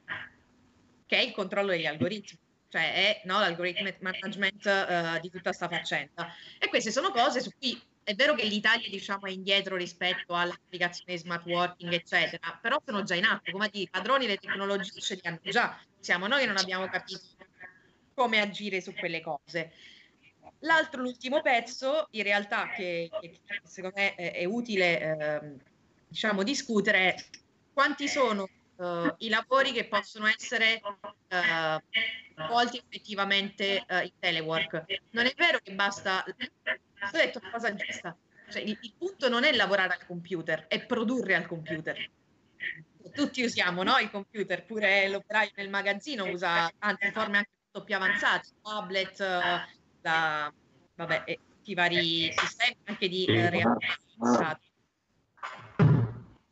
Speaker 2: che è il controllo degli algoritmi, cioè è no, l'algorithm management uh, di tutta sta faccenda. E queste sono cose su cui è vero che l'Italia diciamo è indietro rispetto all'applicazione di smart working eccetera, però sono già in atto, come dire, i padroni delle tecnologie ce li hanno già, siamo noi che non abbiamo capito come agire su quelle cose. L'altro, l'ultimo pezzo in realtà che, che secondo me è, è utile eh, diciamo discutere è quanti sono eh, i lavori che possono essere eh, svolti effettivamente eh, in telework. Non è vero che basta. Ho detto una cosa giusta, cioè, il, il punto non è lavorare al computer, è produrre al computer. Tutti usiamo no, il computer, pure l'operaio nel magazzino usa anzi forme anche molto più avanzate, tablet, la, vabbè, e tutti i vari sistemi anche di eh, realtà avanzata.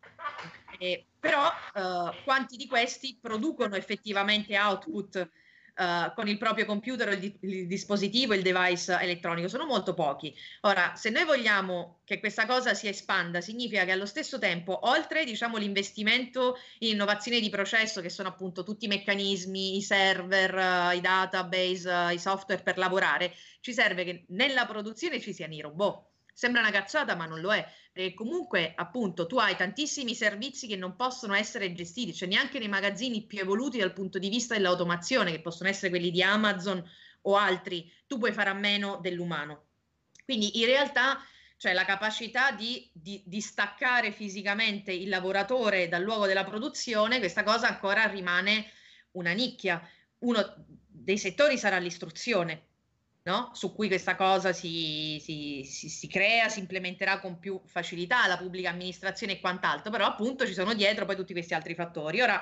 Speaker 2: Eh, però eh, quanti di questi producono effettivamente output uh, con il proprio computer, il, il dispositivo, il device elettronico, sono molto pochi. Ora, se noi vogliamo che questa cosa si espanda, significa che allo stesso tempo, oltre diciamo l'investimento in innovazione di processo, che sono appunto tutti i meccanismi, i server, uh, i database, uh, i software per lavorare, ci serve che nella produzione ci siano i robot. Sembra una cazzata, ma non lo è, perché comunque appunto tu hai tantissimi servizi che non possono essere gestiti, cioè neanche nei magazzini più evoluti dal punto di vista dell'automazione, che possono essere quelli di Amazon o altri, tu puoi fare a meno dell'umano. Quindi in realtà, cioè, la capacità di, di, di staccare fisicamente il lavoratore dal luogo della produzione, questa cosa ancora rimane una nicchia. Uno dei settori sarà l'istruzione, no? Su cui questa cosa si, si, si, si crea, si implementerà con più facilità, la pubblica amministrazione e quant'altro, però appunto ci sono dietro poi tutti questi altri fattori. Ora,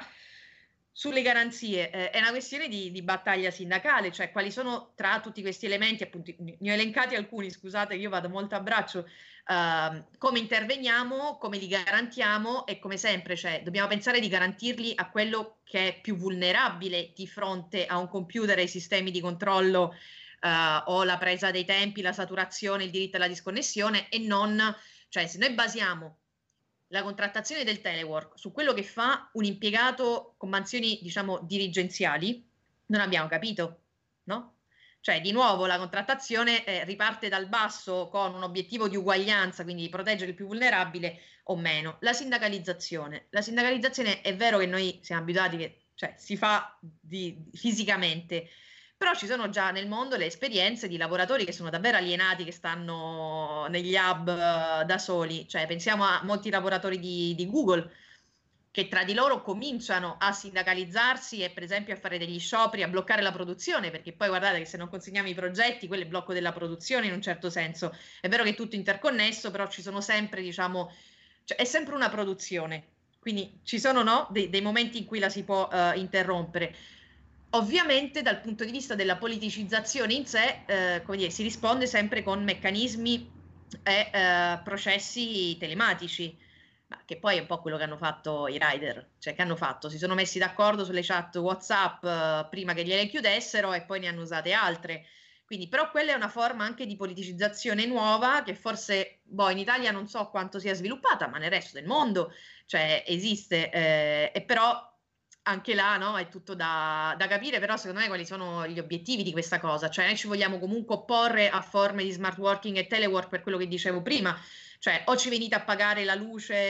Speaker 2: sulle garanzie, eh, è una questione di, di battaglia sindacale, cioè quali sono tra tutti questi elementi, appunto, ne ho elencati alcuni, scusate, io vado molto a braccio, uh, come interveniamo, come li garantiamo e come sempre, cioè dobbiamo pensare di garantirli a quello che è più vulnerabile di fronte a un computer e ai sistemi di controllo Uh, o la presa dei tempi, la saturazione, il diritto alla disconnessione, e non, cioè se noi basiamo la contrattazione del telework su quello che fa un impiegato con mansioni diciamo dirigenziali, non abbiamo capito, no? Cioè di nuovo la contrattazione eh, riparte dal basso con un obiettivo di uguaglianza, quindi di proteggere il più vulnerabile o meno. La sindacalizzazione, la sindacalizzazione è vero che noi siamo abituati che cioè, si fa di, fisicamente, però ci sono già nel mondo le esperienze di lavoratori che sono davvero alienati, che stanno negli hub uh, da soli, cioè pensiamo a molti lavoratori di, di Google che tra di loro cominciano a sindacalizzarsi e per esempio a fare degli scioperi, a bloccare la produzione, perché poi guardate che se non consegniamo i progetti, quello è il blocco della produzione in un certo senso. È vero che è tutto interconnesso, però ci sono sempre, diciamo, cioè è sempre una produzione, quindi ci sono no, dei, dei momenti in cui la si può uh, interrompere. Ovviamente dal punto di vista della politicizzazione in sé, eh, come dire, si risponde sempre con meccanismi e eh, processi telematici, ma che poi è un po' quello che hanno fatto i rider, cioè che hanno fatto, si sono messi d'accordo sulle chat WhatsApp eh, prima che gliele chiudessero e poi ne hanno usate altre. Quindi, però quella è una forma anche di politicizzazione nuova che forse boh, in Italia non so quanto sia sviluppata, ma nel resto del mondo cioè, esiste, eh, e però anche là no, è tutto da, da capire, però secondo me quali sono gli obiettivi di questa cosa, cioè noi ci vogliamo comunque opporre a forme di smart working e telework per quello che dicevo prima, cioè o ci venite a pagare la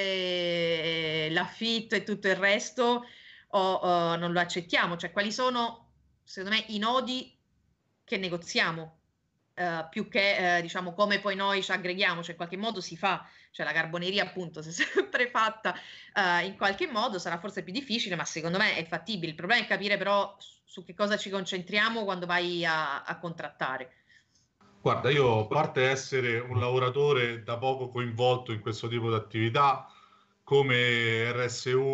Speaker 2: luce, l'affitto e tutto il resto o, o non lo accettiamo, cioè quali sono secondo me i nodi che negoziamo, uh, più che uh, diciamo come poi noi ci aggreghiamo, cioè in qualche modo si fa, cioè la carboneria appunto si è sempre fatta uh, in qualche modo, sarà forse più difficile ma secondo me è fattibile, il problema è capire però su, su che cosa ci concentriamo quando vai a, a contrattare.
Speaker 3: Guarda, io a parte essere un lavoratore da poco coinvolto in questo tipo di attività, come R S U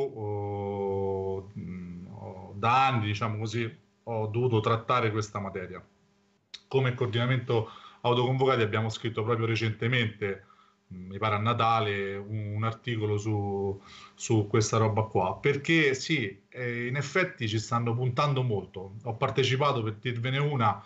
Speaker 3: oh, oh, da anni, diciamo così, ho dovuto trattare questa materia. Come coordinamento autoconvocati abbiamo scritto proprio recentemente, mi pare a Natale, un, un articolo su, su questa roba qua, perché sì, eh, in effetti ci stanno puntando molto. Ho partecipato, per dirvene una,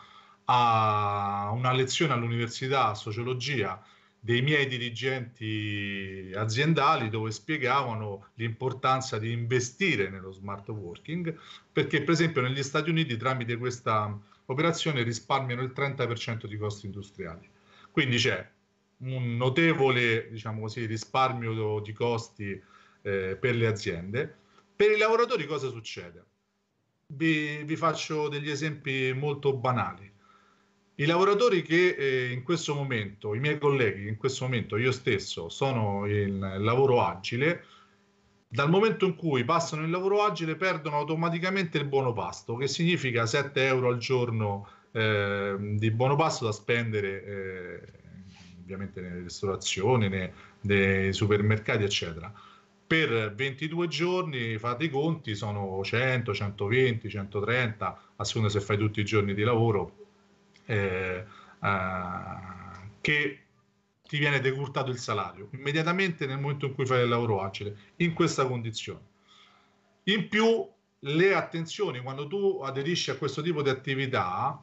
Speaker 3: a una lezione all'università a sociologia dei miei dirigenti aziendali dove spiegavano l'importanza di investire nello smart working, perché per esempio negli Stati Uniti tramite questa operazione risparmiano il trenta per cento di costi industriali. Quindi c'è un notevole, diciamo così, risparmio di costi eh, per le aziende. Per i lavoratori cosa succede? Vi, vi faccio degli esempi molto banali. I lavoratori che eh, in questo momento, i miei colleghi in questo momento, io stesso, sono in lavoro agile, dal momento in cui passano il lavoro agile perdono automaticamente il buono pasto, che significa sette euro al giorno eh, di buono pasto da spendere eh, ovviamente nelle ristorazioni, nei, nei supermercati, eccetera. Per ventidue giorni, fate i conti, sono cento, centoventi, centotrenta, a seconda se fai tutti i giorni di lavoro, eh, eh, che ti viene decurtato il salario immediatamente nel momento in cui fai il lavoro agile in questa condizione. In più le attenzioni, quando tu aderisci a questo tipo di attività,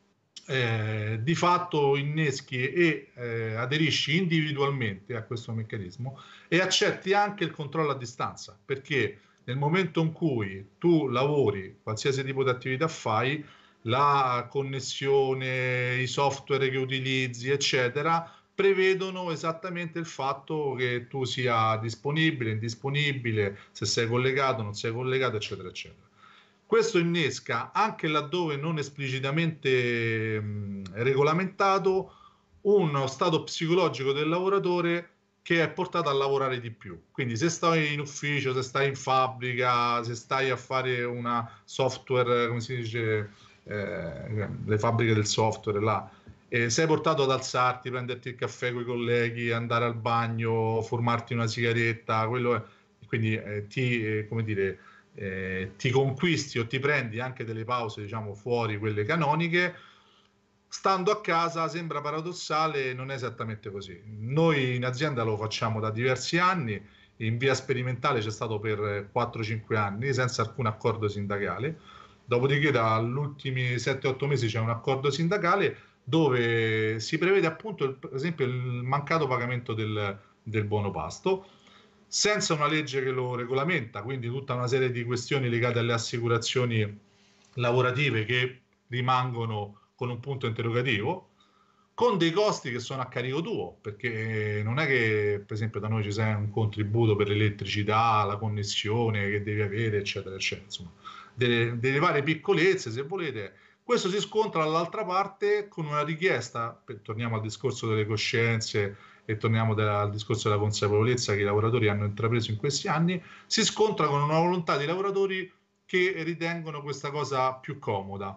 Speaker 3: eh, di fatto inneschi e eh, aderisci individualmente a questo meccanismo e accetti anche il controllo a distanza, perché nel momento in cui tu lavori, qualsiasi tipo di attività fai, la connessione, i software che utilizzi, eccetera, prevedono esattamente il fatto che tu sia disponibile, indisponibile, se sei collegato, non sei collegato, eccetera, eccetera. Questo innesca, anche laddove non esplicitamente mh, regolamentato, uno stato psicologico del lavoratore che è portato a lavorare di più. Quindi se stai in ufficio, se stai in fabbrica, se stai a fare una software, come si dice, eh, le fabbriche del software là, e sei portato ad alzarti, prenderti il caffè con i colleghi, andare al bagno, fumarti una sigaretta, quello è, quindi eh, ti, eh, come dire, eh, ti conquisti o ti prendi anche delle pause, diciamo, fuori quelle canoniche. Stando a casa sembra paradossale, non è esattamente così. Noi in azienda lo facciamo da diversi anni, in via sperimentale c'è stato per quattro cinque anni senza alcun accordo sindacale, dopodiché dagli ultimi sette otto mesi c'è un accordo sindacale dove si prevede appunto il, per esempio il mancato pagamento del, del buono pasto, senza una legge che lo regolamenta, quindi tutta una serie di questioni legate alle assicurazioni lavorative che rimangono con un punto interrogativo, con dei costi che sono a carico tuo, perché non è che per esempio da noi ci sia un contributo per l'elettricità, la connessione che devi avere, eccetera, eccetera, insomma, delle, delle varie piccolezze, se volete. Questo si scontra dall'altra parte con una richiesta, per, torniamo al discorso delle coscienze e torniamo da, al discorso della consapevolezza che i lavoratori hanno intrapreso in questi anni, si scontra con una volontà dei lavoratori che ritengono questa cosa più comoda.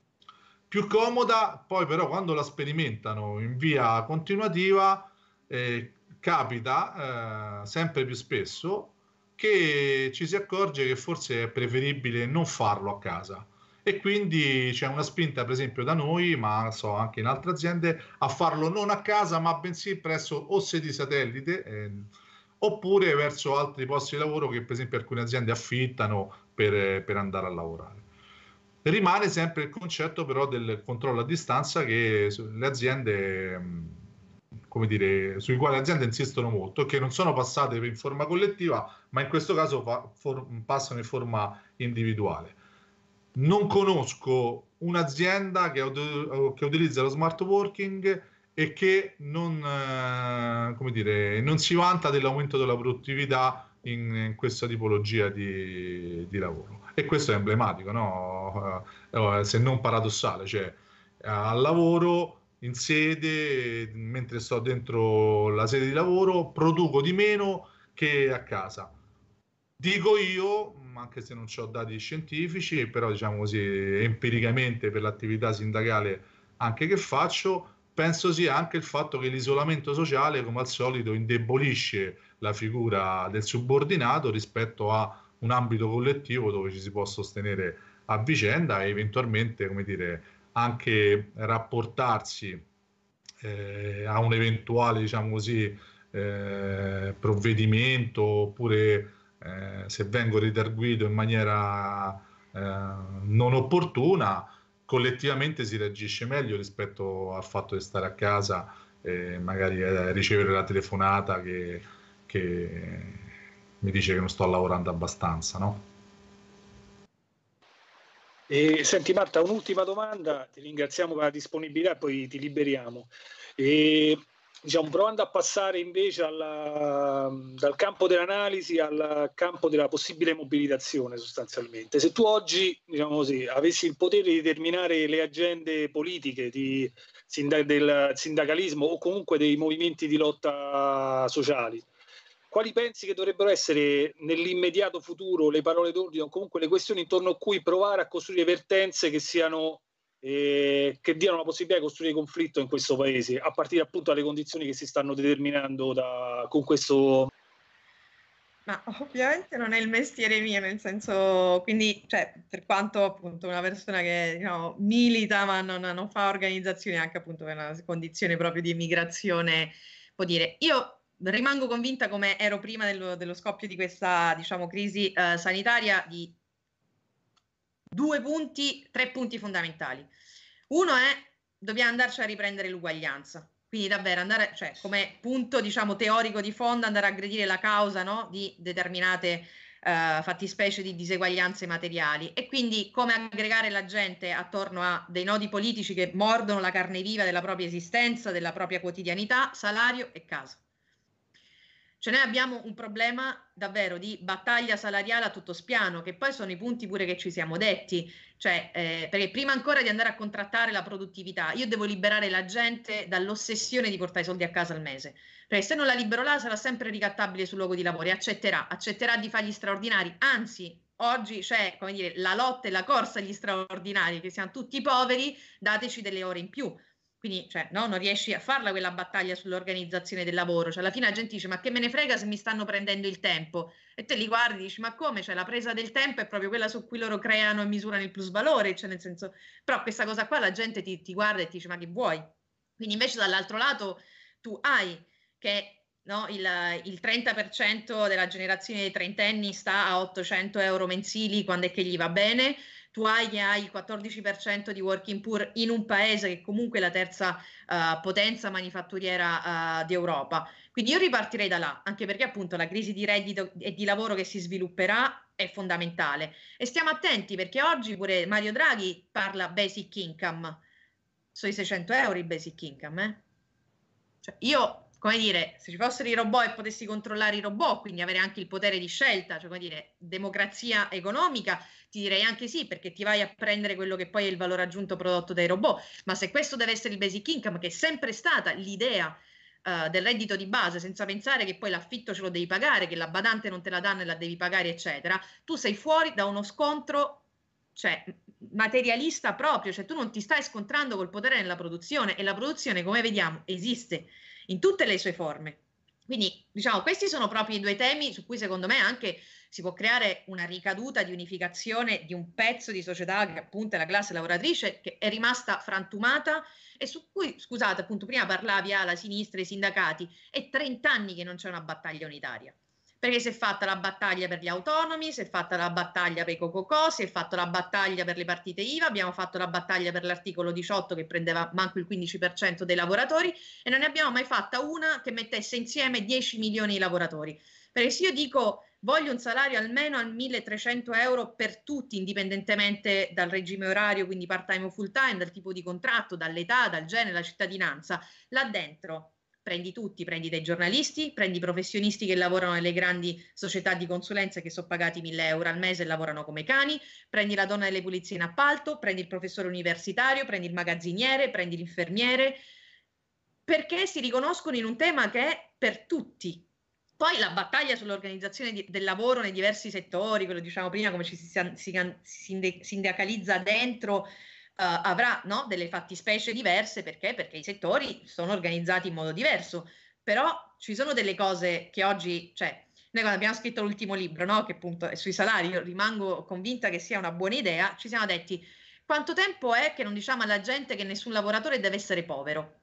Speaker 3: Più comoda, poi però quando la sperimentano in via continuativa, eh, capita eh, sempre più spesso che ci si accorge che forse è preferibile non farlo a casa. E quindi c'è una spinta, per esempio da noi, ma so anche in altre aziende, a farlo non a casa, ma bensì presso o sedi satellite, eh, oppure verso altri posti di lavoro che per esempio alcune aziende affittano per, per andare a lavorare. Rimane sempre il concetto però del controllo a distanza che le aziende, come dire, sui quali le aziende insistono molto, che non sono passate in forma collettiva, ma in questo caso fa, for, passano in forma individuale. Non conosco un'azienda che, che utilizza lo smart working e che non, eh, come dire, non si vanta dell'aumento della produttività in, in questa tipologia di, di lavoro. E questo è emblematico, no? Eh, se non paradossale, cioè al lavoro, in sede, mentre sto dentro la sede di lavoro, produco di meno che a casa. Dico io, anche se non ho dati scientifici, però diciamo così, empiricamente per l'attività sindacale anche che faccio, penso sia anche il fatto che l'isolamento sociale, come al solito, indebolisce la figura del subordinato rispetto a un ambito collettivo dove ci si può sostenere a vicenda e eventualmente, come dire, anche rapportarsi eh, a un eventuale, diciamo così, eh, provvedimento oppure Eh, se vengo ridarguito in maniera eh, non opportuna, collettivamente si reagisce meglio rispetto al fatto di stare a casa e magari eh, ricevere la telefonata che, che mi dice che non sto lavorando abbastanza, no?
Speaker 4: E, senti Marta, un'ultima domanda, ti ringraziamo per la disponibilità e poi ti liberiamo. E, diciamo, provando a passare invece alla, dal campo dell'analisi al campo della possibile mobilitazione, sostanzialmente. Se tu oggi, diciamo così, avessi il potere di determinare le agende politiche di, del sindacalismo o comunque dei movimenti di lotta sociali, quali pensi che dovrebbero essere nell'immediato futuro le parole d'ordine o comunque le questioni intorno a cui provare a costruire vertenze che siano Eh, che diano la possibilità di costruire conflitto in questo paese, a partire appunto dalle condizioni che si stanno determinando da, con questo?
Speaker 2: Ma ovviamente non è il mestiere mio, nel senso, quindi, cioè, per quanto appunto una persona che, diciamo, milita ma non, non fa organizzazione, anche appunto per una condizione proprio di emigrazione, può dire, io rimango convinta, come ero prima dello, dello scoppio di questa, diciamo, crisi eh, sanitaria, di due punti, tre punti fondamentali. Uno è, dobbiamo andarci a riprendere l'uguaglianza. Quindi davvero andare, cioè come punto diciamo teorico di fondo, andare a aggredire la causa, no, di determinate uh, fattispecie di diseguaglianze materiali, e quindi come aggregare la gente attorno a dei nodi politici che mordono la carne viva della propria esistenza, della propria quotidianità, salario e casa. Cioè noi abbiamo un problema davvero di battaglia salariale a tutto spiano, che poi sono i punti pure che ci siamo detti, cioè eh, perché prima ancora di andare a contrattare la produttività io devo liberare la gente dall'ossessione di portare i soldi a casa al mese, perché se non la libero là sarà sempre ricattabile sul luogo di lavoro e accetterà, accetterà di fare gli straordinari, anzi oggi c'è, come dire, la lotta e la corsa agli straordinari, che siamo tutti poveri, dateci delle ore in più. Quindi cioè, no, non riesci a farla quella battaglia sull'organizzazione del lavoro, cioè alla fine la gente dice ma che me ne frega se mi stanno prendendo il tempo, e te li guardi e dici ma come, cioè la presa del tempo è proprio quella su cui loro creano e misurano il plus valore, cioè nel senso, però questa cosa qua la gente ti, ti guarda e ti dice ma che vuoi, quindi invece dall'altro lato tu hai che no, il, il trenta per cento della generazione dei trentenni sta a ottocento euro mensili quando è che gli va bene, tu hai che hai il quattordici per cento di working poor in un paese che comunque è la terza uh, potenza manifatturiera uh, d'Europa. Quindi io ripartirei da là, anche perché appunto la crisi di reddito e di lavoro che si svilupperà è fondamentale. E stiamo attenti perché oggi pure Mario Draghi parla basic income, sui seicento euro il basic income. Eh? Cioè io... come dire, se ci fossero i robot e potessi controllare i robot, quindi avere anche il potere di scelta, cioè come dire, democrazia economica, ti direi anche sì, perché ti vai a prendere quello che poi è il valore aggiunto prodotto dai robot, ma se questo deve essere il basic income, che è sempre stata l'idea uh, del reddito di base, senza pensare che poi l'affitto ce lo devi pagare, che la badante non te la danno e la devi pagare, eccetera, tu sei fuori da uno scontro, cioè materialista proprio, cioè tu non ti stai scontrando col potere nella produzione, e la produzione, come vediamo, esiste in tutte le sue forme. Quindi, diciamo, questi sono proprio i due temi su cui secondo me anche si può creare una ricaduta di unificazione di un pezzo di società che appunto è la classe lavoratrice, che è rimasta frantumata e su cui, scusate, appunto prima parlavi alla sinistra, i sindacati, è trent'anni che non c'è una battaglia unitaria. Perché si è fatta la battaglia per gli autonomi, si è fatta la battaglia per i cococò, si è fatta la battaglia per le partite I V A, abbiamo fatto la battaglia per l'articolo diciotto che prendeva manco il quindici per cento dei lavoratori, e non ne abbiamo mai fatta una che mettesse insieme dieci milioni di lavoratori. Perché se io dico voglio un salario almeno al milletrecento euro per tutti, indipendentemente dal regime orario, quindi part time o full time, dal tipo di contratto, dall'età, dal genere, dalla cittadinanza, là dentro prendi tutti, prendi dei giornalisti, prendi professionisti che lavorano nelle grandi società di consulenza che sono pagati mille euro al mese e lavorano come cani, prendi la donna delle pulizie in appalto, prendi il professore universitario, prendi il magazziniere, prendi l'infermiere, perché si riconoscono in un tema che è per tutti. Poi la battaglia sull'organizzazione di, del lavoro nei diversi settori, quello diciamo prima, come ci si, si, si sindacalizza dentro, Uh, avrà no, delle fattispecie diverse, perché? Perché i settori sono organizzati in modo diverso, però ci sono delle cose che oggi, cioè noi quando abbiamo scritto l'ultimo libro, no, che appunto è sui salari, io rimango convinta che sia una buona idea, ci siamo detti quanto tempo è che non diciamo alla gente che nessun lavoratore deve essere povero,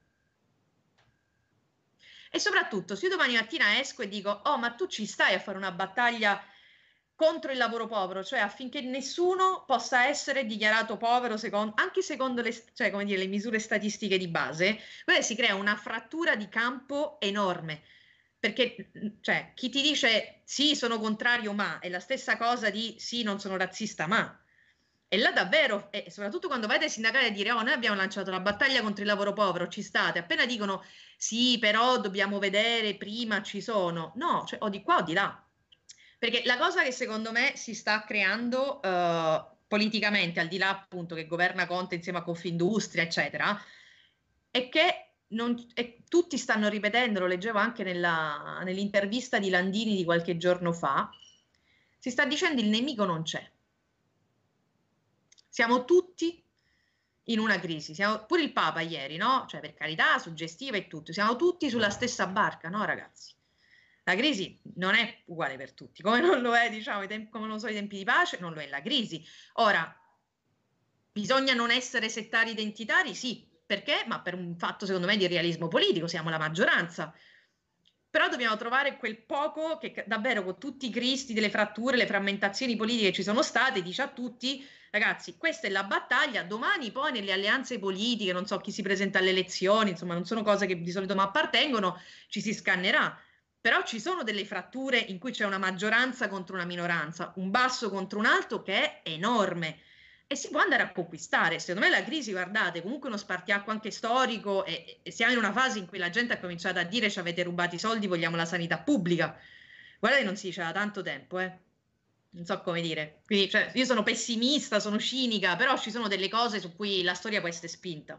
Speaker 2: e soprattutto se io domani mattina esco e dico oh ma tu ci stai a fare una battaglia contro il lavoro povero, cioè affinché nessuno possa essere dichiarato povero secondo, anche secondo le, cioè, come dire, le misure statistiche di base, beh, si crea una frattura di campo enorme, perché cioè, chi ti dice sì sono contrario ma è la stessa cosa di sì non sono razzista ma, e là davvero, e soprattutto quando vai dai sindacati a dire oh noi abbiamo lanciato la battaglia contro il lavoro povero, ci state, appena dicono sì però dobbiamo vedere prima ci sono, no, cioè o di qua o di là. Perché la cosa che secondo me si sta creando uh, politicamente, al di là appunto che governa Conte insieme a Confindustria, eccetera, è che non, è, tutti stanno ripetendo, lo leggevo anche nella, nell'intervista di Landini di qualche giorno fa, si sta dicendo il nemico non c'è. Siamo tutti in una crisi, siamo, pure il Papa ieri, no? Cioè per carità, suggestiva e tutto, siamo tutti sulla stessa barca, no ragazzi? La crisi non è uguale per tutti, come non lo è, diciamo, i tempi, come non so i tempi di pace, non lo è la crisi. Ora, bisogna non essere settari identitari? Sì, perché? Ma per un fatto, secondo me, di realismo politico, siamo la maggioranza. però dobbiamo trovare quel poco che davvero, con tutti i cristi delle fratture, le frammentazioni politiche che ci sono state, dice a tutti: ragazzi, questa è la battaglia. Domani poi nelle alleanze politiche, non so chi si presenta alle elezioni, insomma non sono cose che di solito mi appartengono, ci si scannerà, però ci sono delle fratture in cui c'è una maggioranza contro una minoranza, un basso contro un alto che è enorme, e si può andare a conquistare. Secondo me la crisi, guardate, comunque uno spartiacque anche storico, e, e siamo in una fase in cui la gente ha cominciato a dire: ci avete rubato i soldi, vogliamo la sanità pubblica. Guardate, non si diceva da tanto tempo, eh. Non so come dire. Quindi, cioè, io sono pessimista, sono cinica, però ci sono delle cose su cui la storia può essere spinta.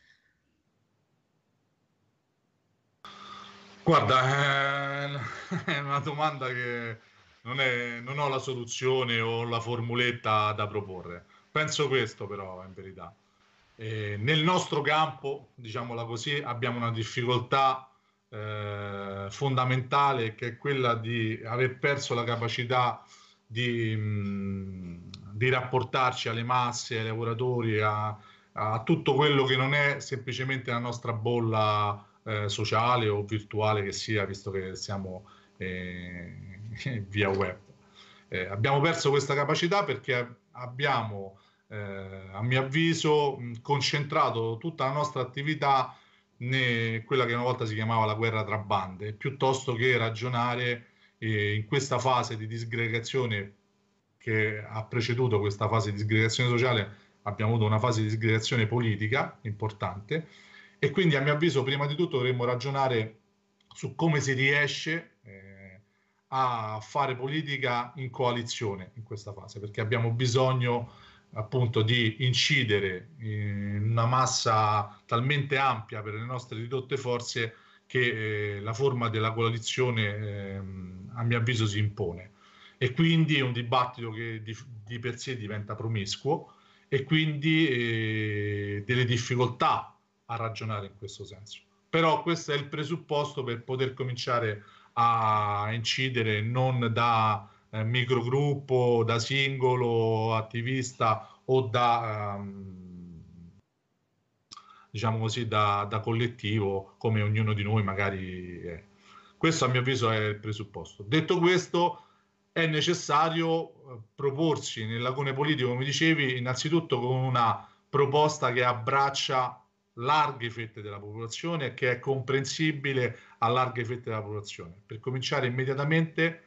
Speaker 3: Guarda, è una domanda che non, è, non ho la soluzione o la formuletta da proporre. Penso questo però, in verità. Eh, nel nostro campo, diciamola così, abbiamo una difficoltà eh, fondamentale, che è quella di aver perso la capacità di, mh, di rapportarci alle masse, ai lavoratori, a, a tutto quello che non è semplicemente la nostra bolla eh, sociale o virtuale che sia, visto che siamo eh, via web. Eh, abbiamo perso questa capacità perché abbiamo, eh, a mio avviso, mh, concentrato tutta la nostra attività in quella che una volta si chiamava la guerra tra bande, piuttosto che ragionare eh, in questa fase di disgregazione che ha preceduto questa fase di disgregazione sociale. Abbiamo avuto una fase di disgregazione politica importante, e quindi a mio avviso prima di tutto dovremmo ragionare su come si riesce eh, a fare politica in coalizione in questa fase, perché abbiamo bisogno appunto di incidere in una massa talmente ampia per le nostre ridotte forze che eh, la forma della coalizione eh, a mio avviso si impone, e quindi è un dibattito che di, di per sé diventa promiscuo, e quindi eh, delle difficoltà a ragionare in questo senso. Però questo è il presupposto per poter cominciare a incidere, non da eh, microgruppo, da singolo attivista o da um, diciamo così da, da collettivo, come ognuno di noi magari è. Questo a mio avviso è il presupposto. Detto questo, è necessario proporsi nel lagone politico, come dicevi, innanzitutto con una proposta che abbraccia larghe fette della popolazione, che è comprensibile a larghe fette della popolazione, per cominciare immediatamente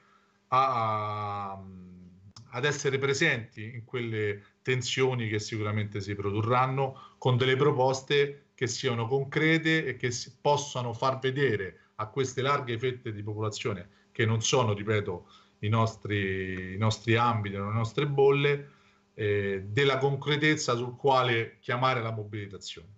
Speaker 3: a, a, ad essere presenti in quelle tensioni che sicuramente si produrranno, con delle proposte che siano concrete e che si possano far vedere a queste larghe fette di popolazione, che non sono, ripeto, i nostri, i nostri ambiti, le nostre bolle, eh, della concretezza sul quale chiamare la mobilitazione.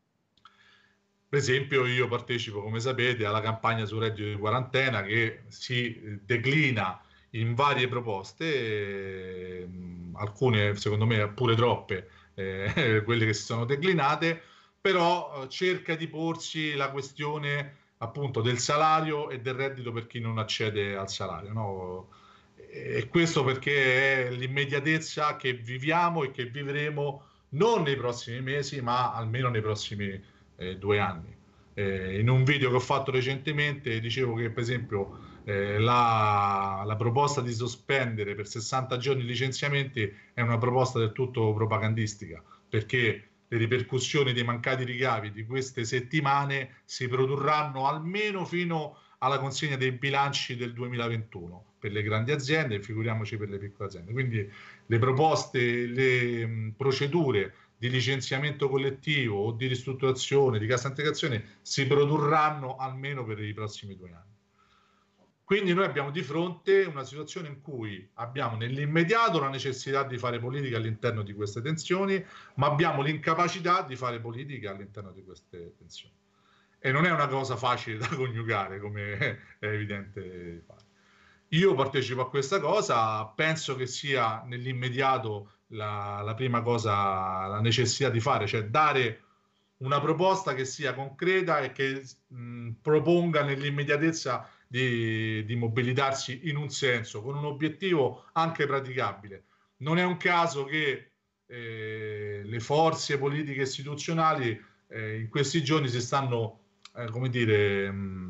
Speaker 3: Per esempio, io partecipo, come sapete, alla campagna sul reddito di quarantena, che si declina in varie proposte, eh, alcune secondo me pure troppe, eh, quelle che si sono declinate, però eh, cerca di porsi la questione appunto del salario e del reddito per chi non accede al salario, no? E questo perché è l'immediatezza che viviamo e che vivremo non nei prossimi mesi, ma almeno nei prossimi eh, due anni. Eh, in un video che ho fatto recentemente dicevo che, per esempio, eh, la, la proposta di sospendere per sessanta giorni i licenziamenti è una proposta del tutto propagandistica, perché le ripercussioni dei mancati ricavi di queste settimane si produrranno almeno fino alla consegna dei bilanci del duemilaventuno per le grandi aziende, e figuriamoci per le piccole aziende. Quindi le proposte, le mh, procedure di licenziamento collettivo o di ristrutturazione, di cassa integrazione si produrranno almeno per i prossimi due anni. Quindi noi abbiamo di fronte una situazione in cui abbiamo nell'immediato la necessità di fare politica all'interno di queste tensioni, ma abbiamo l'incapacità di fare politica all'interno di queste tensioni. E non è una cosa facile da coniugare, come è evidente fare. Io partecipo a questa cosa, penso che sia nell'immediato la, la prima cosa, la necessità di fare, cioè dare una proposta che sia concreta e che mh, proponga nell'immediatezza di, di mobilitarsi in un senso, con un obiettivo anche praticabile. Non è un caso che eh, le forze politiche istituzionali eh, in questi giorni si stanno, eh, come dire, mh,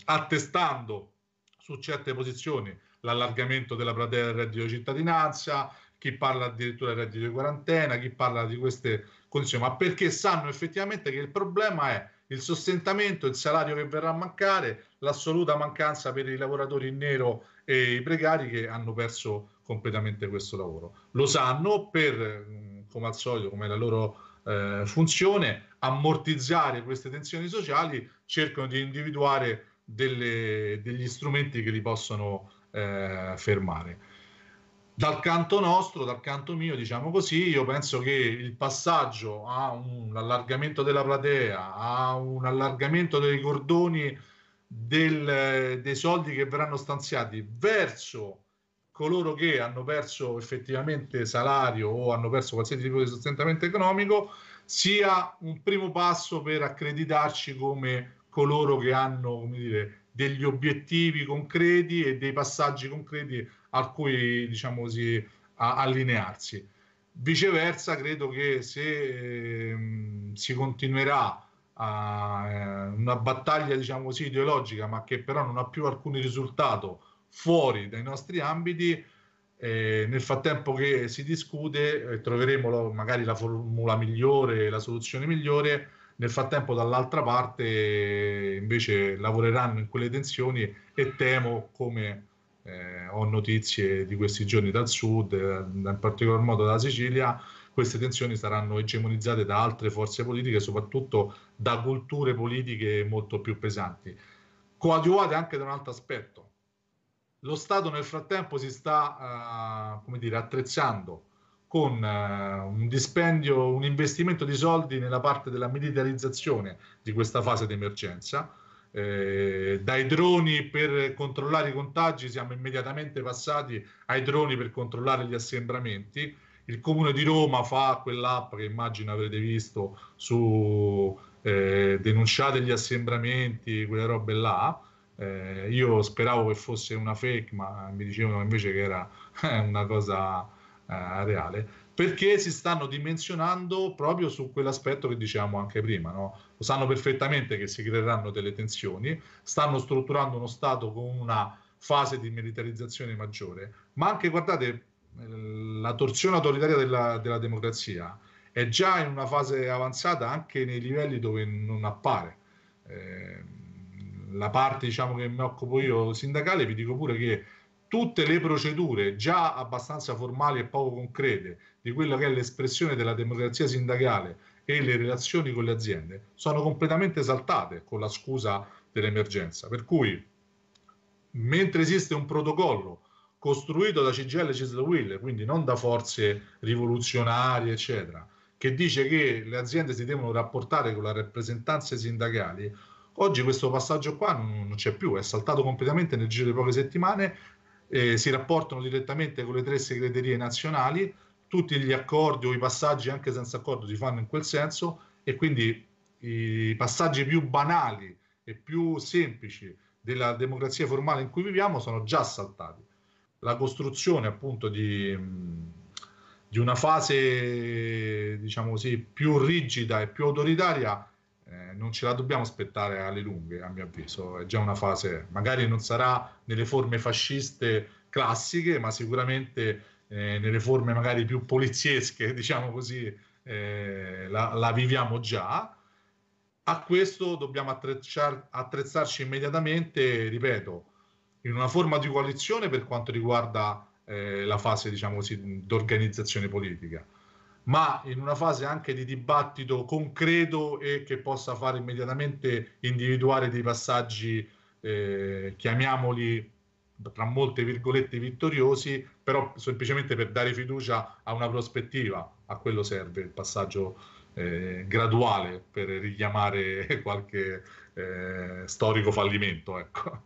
Speaker 3: attestando su certe posizioni l'allargamento della platea del reddito di cittadinanza, chi parla addirittura del reddito di quarantena, chi parla di queste condizioni, ma perché sanno effettivamente che il problema è il sostentamento, il salario che verrà a mancare, l'assoluta mancanza per i lavoratori in nero e i precari che hanno perso completamente questo lavoro. Lo sanno per, come al solito, come è la loro eh, funzione, ammortizzare queste tensioni sociali, cercano di individuare delle, degli strumenti che li possono eh, fermare. Dal canto nostro, dal canto mio, diciamo così, io penso che il passaggio a un allargamento della platea, a un allargamento dei cordoni del, dei soldi che verranno stanziati verso coloro che hanno perso effettivamente salario o hanno perso qualsiasi tipo di sostentamento economico sia un primo passo per accreditarci come coloro che hanno, come dire, degli obiettivi concreti e dei passaggi concreti a cui, diciamo così, a, allinearsi. Viceversa, credo che se eh, si continuerà a eh, una battaglia, diciamo così, ideologica, ma che però non ha più alcun risultato fuori dai nostri ambiti, eh, nel frattempo che si discute eh, troveremo lo, magari la formula migliore, la soluzione migliore. Nel frattempo dall'altra parte eh, invece lavoreranno in quelle tensioni e temo, come eh, ho notizie di questi giorni dal sud, eh, in particolar modo dalla Sicilia, queste tensioni saranno egemonizzate da altre forze politiche, soprattutto da culture politiche molto più pesanti, coadiuvate anche da un altro aspetto. Lo Stato nel frattempo si sta, uh, come dire, attrezzando con uh, un dispendio, un investimento di soldi nella parte della militarizzazione di questa fase di emergenza. Eh, dai droni per controllare i contagi siamo immediatamente passati ai droni per controllare gli assembramenti. Il Comune di Roma fa quell'app che immagino avrete visto su eh, denunciate gli assembramenti, quelle robe là. Eh, io speravo che fosse una fake, ma mi dicevano invece che era una cosa eh, reale, perché si stanno dimensionando proprio su quell'aspetto che dicevamo anche prima, no? Lo sanno perfettamente che si creeranno delle tensioni, stanno strutturando uno Stato con una fase di militarizzazione maggiore, ma anche, guardate, la torsione autoritaria della, della democrazia è già in una fase avanzata anche nei livelli dove non appare. Eh, la parte, diciamo, che mi occupo io sindacale, vi dico pure che tutte le procedure già abbastanza formali e poco concrete di quella che è l'espressione della democrazia sindacale e le relazioni con le aziende sono completamente saltate con la scusa dell'emergenza. Per cui, mentre esiste un protocollo costruito da C G I L e Cisl Will, quindi non da forze rivoluzionarie, eccetera, che dice che le aziende si devono rapportare con le rappresentanze sindacali, oggi questo passaggio qua non, non c'è più, è saltato completamente nel giro di poche settimane. Eh, si rapportano direttamente con le tre segreterie nazionali, tutti gli accordi o i passaggi anche senza accordo si fanno in quel senso, e quindi i passaggi più banali e più semplici della democrazia formale in cui viviamo sono già saltati. La costruzione appunto di, di una fase, diciamo così, più rigida e più autoritaria Eh, non ce la dobbiamo aspettare alle lunghe, a mio avviso. È già una fase, magari non sarà nelle forme fasciste classiche, ma sicuramente eh, nelle forme magari più poliziesche, diciamo così, eh, la, la viviamo già. A questo dobbiamo attrezzar, attrezzarci immediatamente, ripeto, in una forma di coalizione per quanto riguarda eh, la fase, diciamo così, d'organizzazione politica, ma in una fase anche di dibattito concreto e che possa fare immediatamente individuare dei passaggi, eh, chiamiamoli tra molte virgolette vittoriosi, però semplicemente per dare fiducia a una prospettiva. A quello serve il passaggio eh, graduale per richiamare qualche eh, storico fallimento, ecco.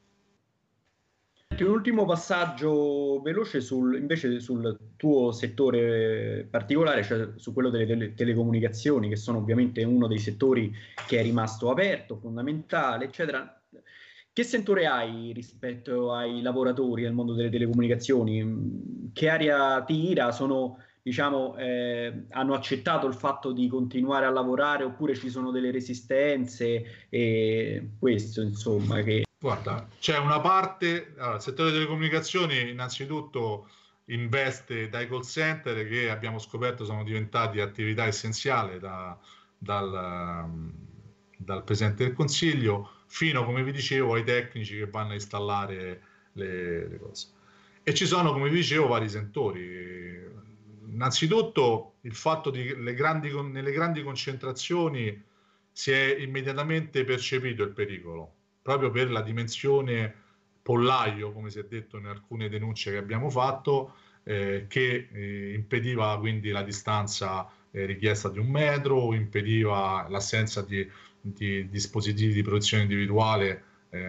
Speaker 1: Un ultimo passaggio veloce sul, invece sul tuo settore particolare, cioè su quello delle tele, telecomunicazioni, che sono ovviamente uno dei settori che è rimasto aperto, fondamentale, eccetera. Che sentore hai rispetto ai lavoratori del mondo delle telecomunicazioni? Che aria tira? Sono, diciamo, eh, hanno accettato il fatto di continuare a lavorare oppure ci sono delle resistenze? E questo, insomma, che
Speaker 3: Guarda, c'è una parte, allora, il settore delle telecomunicazioni innanzitutto investe dai call center che abbiamo scoperto sono diventati attività essenziale da, dal, dal Presidente del Consiglio fino, come vi dicevo, ai tecnici che vanno a installare le, le cose. E ci sono, come vi dicevo, vari settori. Innanzitutto il fatto di le grandi, nelle grandi concentrazioni si è immediatamente percepito il pericolo, proprio per la dimensione pollaio, come si è detto in alcune denunce che abbiamo fatto, eh, che eh, impediva quindi la distanza eh, richiesta di un metro, impediva l'assenza di, di dispositivi di protezione individuale, eh,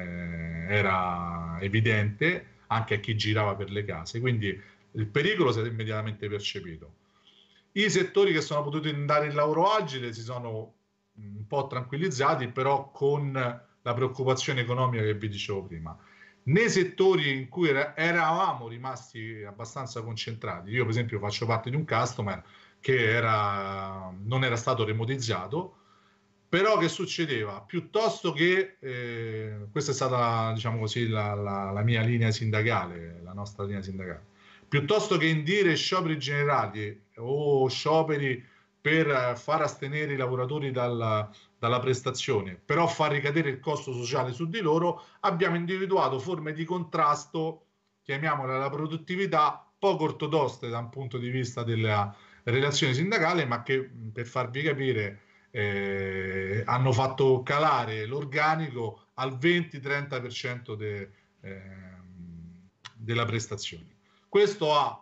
Speaker 3: era evidente anche a chi girava per le case, quindi il pericolo si è immediatamente percepito. I settori che sono potuti andare in lavoro agile si sono un po' tranquillizzati, però con la preoccupazione economica che vi dicevo prima. Nei settori in cui era, eravamo rimasti abbastanza concentrati, io per esempio faccio parte di un customer che era, non era stato remotizzato, però che succedeva? Piuttosto che, eh, questa è stata, diciamo così, la, la, la mia linea sindacale, la nostra linea sindacale, piuttosto che indire scioperi generali o scioperi per far astenere i lavoratori dalla, dalla prestazione, però far ricadere il costo sociale su di loro, abbiamo individuato forme di contrasto, chiamiamole alla produttività, poco ortodosse da un punto di vista della relazione sindacale, ma che, per farvi capire, eh, hanno fatto calare l'organico al venti trenta per cento de, eh, della prestazione. Questo ha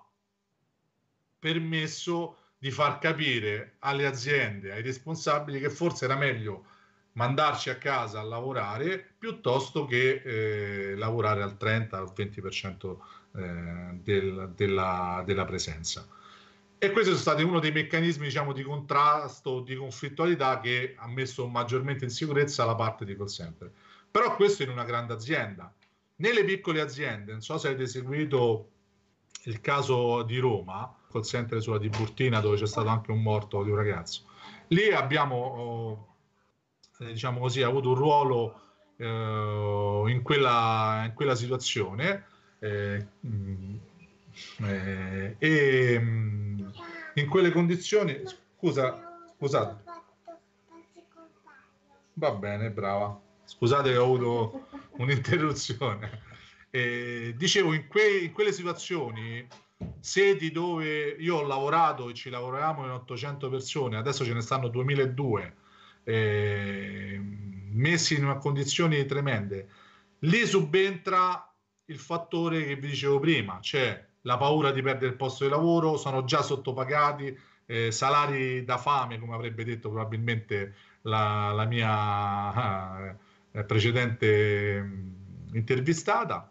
Speaker 3: permesso di far capire alle aziende, ai responsabili, che forse era meglio mandarci a casa a lavorare piuttosto che eh, lavorare al trenta o venti per cento eh, del, della, della presenza. E questo è stato uno dei meccanismi, diciamo, di contrasto, di conflittualità che ha messo maggiormente in sicurezza la parte di call center. Però questo in una grande azienda. Nelle piccole aziende, non so se avete seguito il caso di Roma, call center sulla Tiburtina, dove c'è stato anche un morto di un ragazzo. Lì abbiamo, eh, diciamo così, avuto un ruolo eh, in, quella, in quella situazione eh, eh, e mh, in quelle condizioni, scusa, scusate, va bene, brava, scusate che ho avuto un'interruzione. Eh, dicevo, in, que- in quelle situazioni, sedi dove io ho lavorato e ci lavoriamo in ottocento persone, adesso ce ne stanno duemiladue, eh, messi in una condizioni tremende, lì subentra il fattore che vi dicevo prima, cioè la paura di perdere il posto di lavoro, sono già sottopagati, eh, salari da fame, come avrebbe detto probabilmente la, la mia eh, precedente mh, intervistata.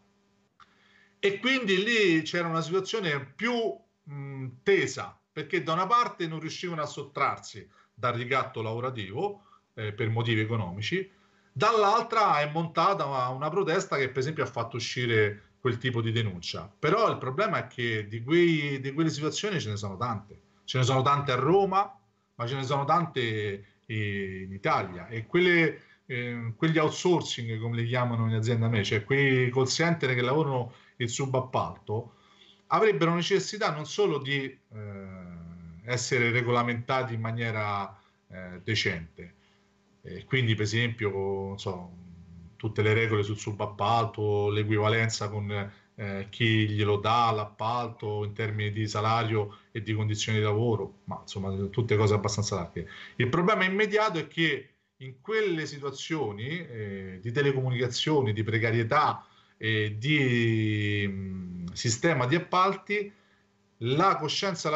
Speaker 3: E quindi lì c'era una situazione più mh, tesa, perché da una parte non riuscivano a sottrarsi dal ricatto lavorativo eh, per motivi economici, dall'altra è montata una protesta che per esempio ha fatto uscire quel tipo di denuncia. Però il problema è che di, quei, di quelle situazioni ce ne sono tante. Ce ne sono tante a Roma, ma ce ne sono tante in Italia. E quelle, eh, quegli outsourcing, come li chiamano in azienda a me, cioè quei call center che lavorano il subappalto, avrebbero necessità non solo di eh, essere regolamentati in maniera eh, decente, e quindi per esempio non so, tutte le regole sul subappalto, l'equivalenza con eh, chi glielo dà l'appalto in termini di salario e di condizioni di lavoro, ma insomma tutte cose abbastanza larghe. Il problema immediato è che in quelle situazioni eh, di telecomunicazioni, di precarietà e di mh, sistema di appalti, la coscienza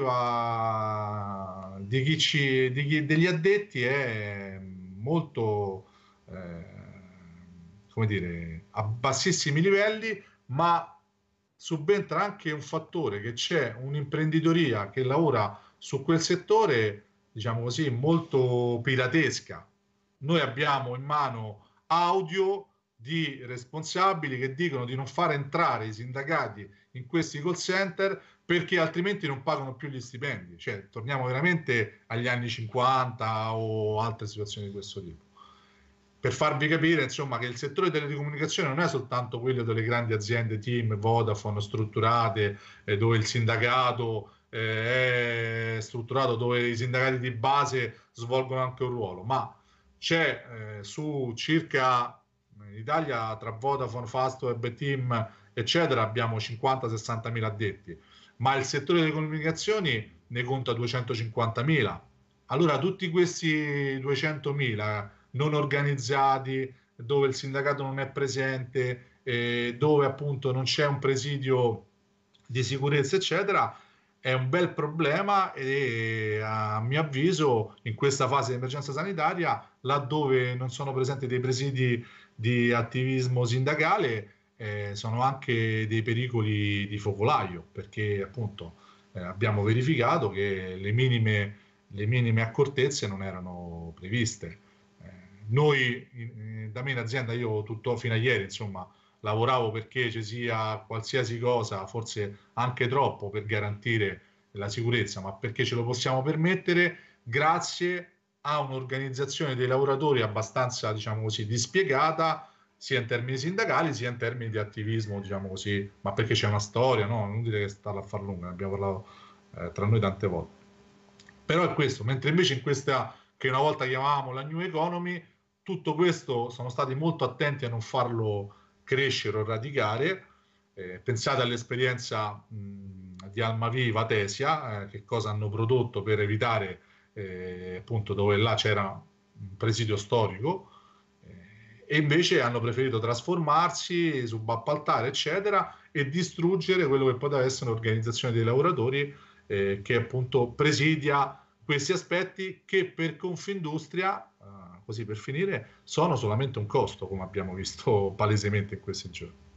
Speaker 3: lavorativa di chi ci, di chi, degli addetti è molto eh, come dire, a bassissimi livelli, ma subentra anche un fattore, che c'è un'imprenditoria che lavora su quel settore, diciamo così, molto piratesca. Noi abbiamo in mano audio di responsabili che dicono di non far entrare i sindacati in questi call center perché altrimenti non pagano più gli stipendi. Cioè, torniamo veramente agli anni cinquanta o altre situazioni di questo tipo. per farvi capire, insomma, che il settore delle telecomunicazioni non è soltanto quello delle grandi aziende TIM, Vodafone, strutturate, eh, dove il sindacato eh, è strutturato, dove i sindacati di base svolgono anche un ruolo, ma c'è eh, su circa, in Italia, tra Vodafone, Fastweb, TIM, eccetera, abbiamo cinquanta sessanta mila addetti, ma il settore delle comunicazioni ne conta duecentocinquantamila. Allora tutti questi duecentomila non organizzati, dove il sindacato non è presente, eh, dove appunto non c'è un presidio di sicurezza, eccetera, è un bel problema e a mio avviso in questa fase di emergenza sanitaria, laddove non sono presenti dei presidi di attivismo sindacale, eh, sono anche dei pericoli di focolaio, perché appunto eh, abbiamo verificato che le minime, le minime accortezze non erano previste. Noi, da me in azienda, io tutto fino a ieri, insomma, lavoravo perché ci sia qualsiasi cosa, forse anche troppo, per garantire la sicurezza, ma perché ce lo possiamo permettere grazie a un'organizzazione dei lavoratori abbastanza, diciamo così, dispiegata, sia in termini sindacali, sia in termini di attivismo, diciamo così, ma perché c'è una storia, no? Non dire che starla a far lunga, ne abbiamo parlato eh, tra noi tante volte. Però è questo, mentre invece in questa, che una volta chiamavamo la New Economy, tutto questo sono stati molto attenti a non farlo crescere o radicare. Eh, pensate all'esperienza mh, di Almaviva Tesia, eh, che cosa hanno prodotto per evitare, eh, appunto, dove là c'era un presidio storico, eh, e invece hanno preferito trasformarsi, subappaltare, eccetera, e distruggere quello che poteva essere un'organizzazione dei lavoratori eh, che appunto presidia questi aspetti che per Confindustria, così per finire, sono solamente un costo, come abbiamo visto palesemente in questi giorni.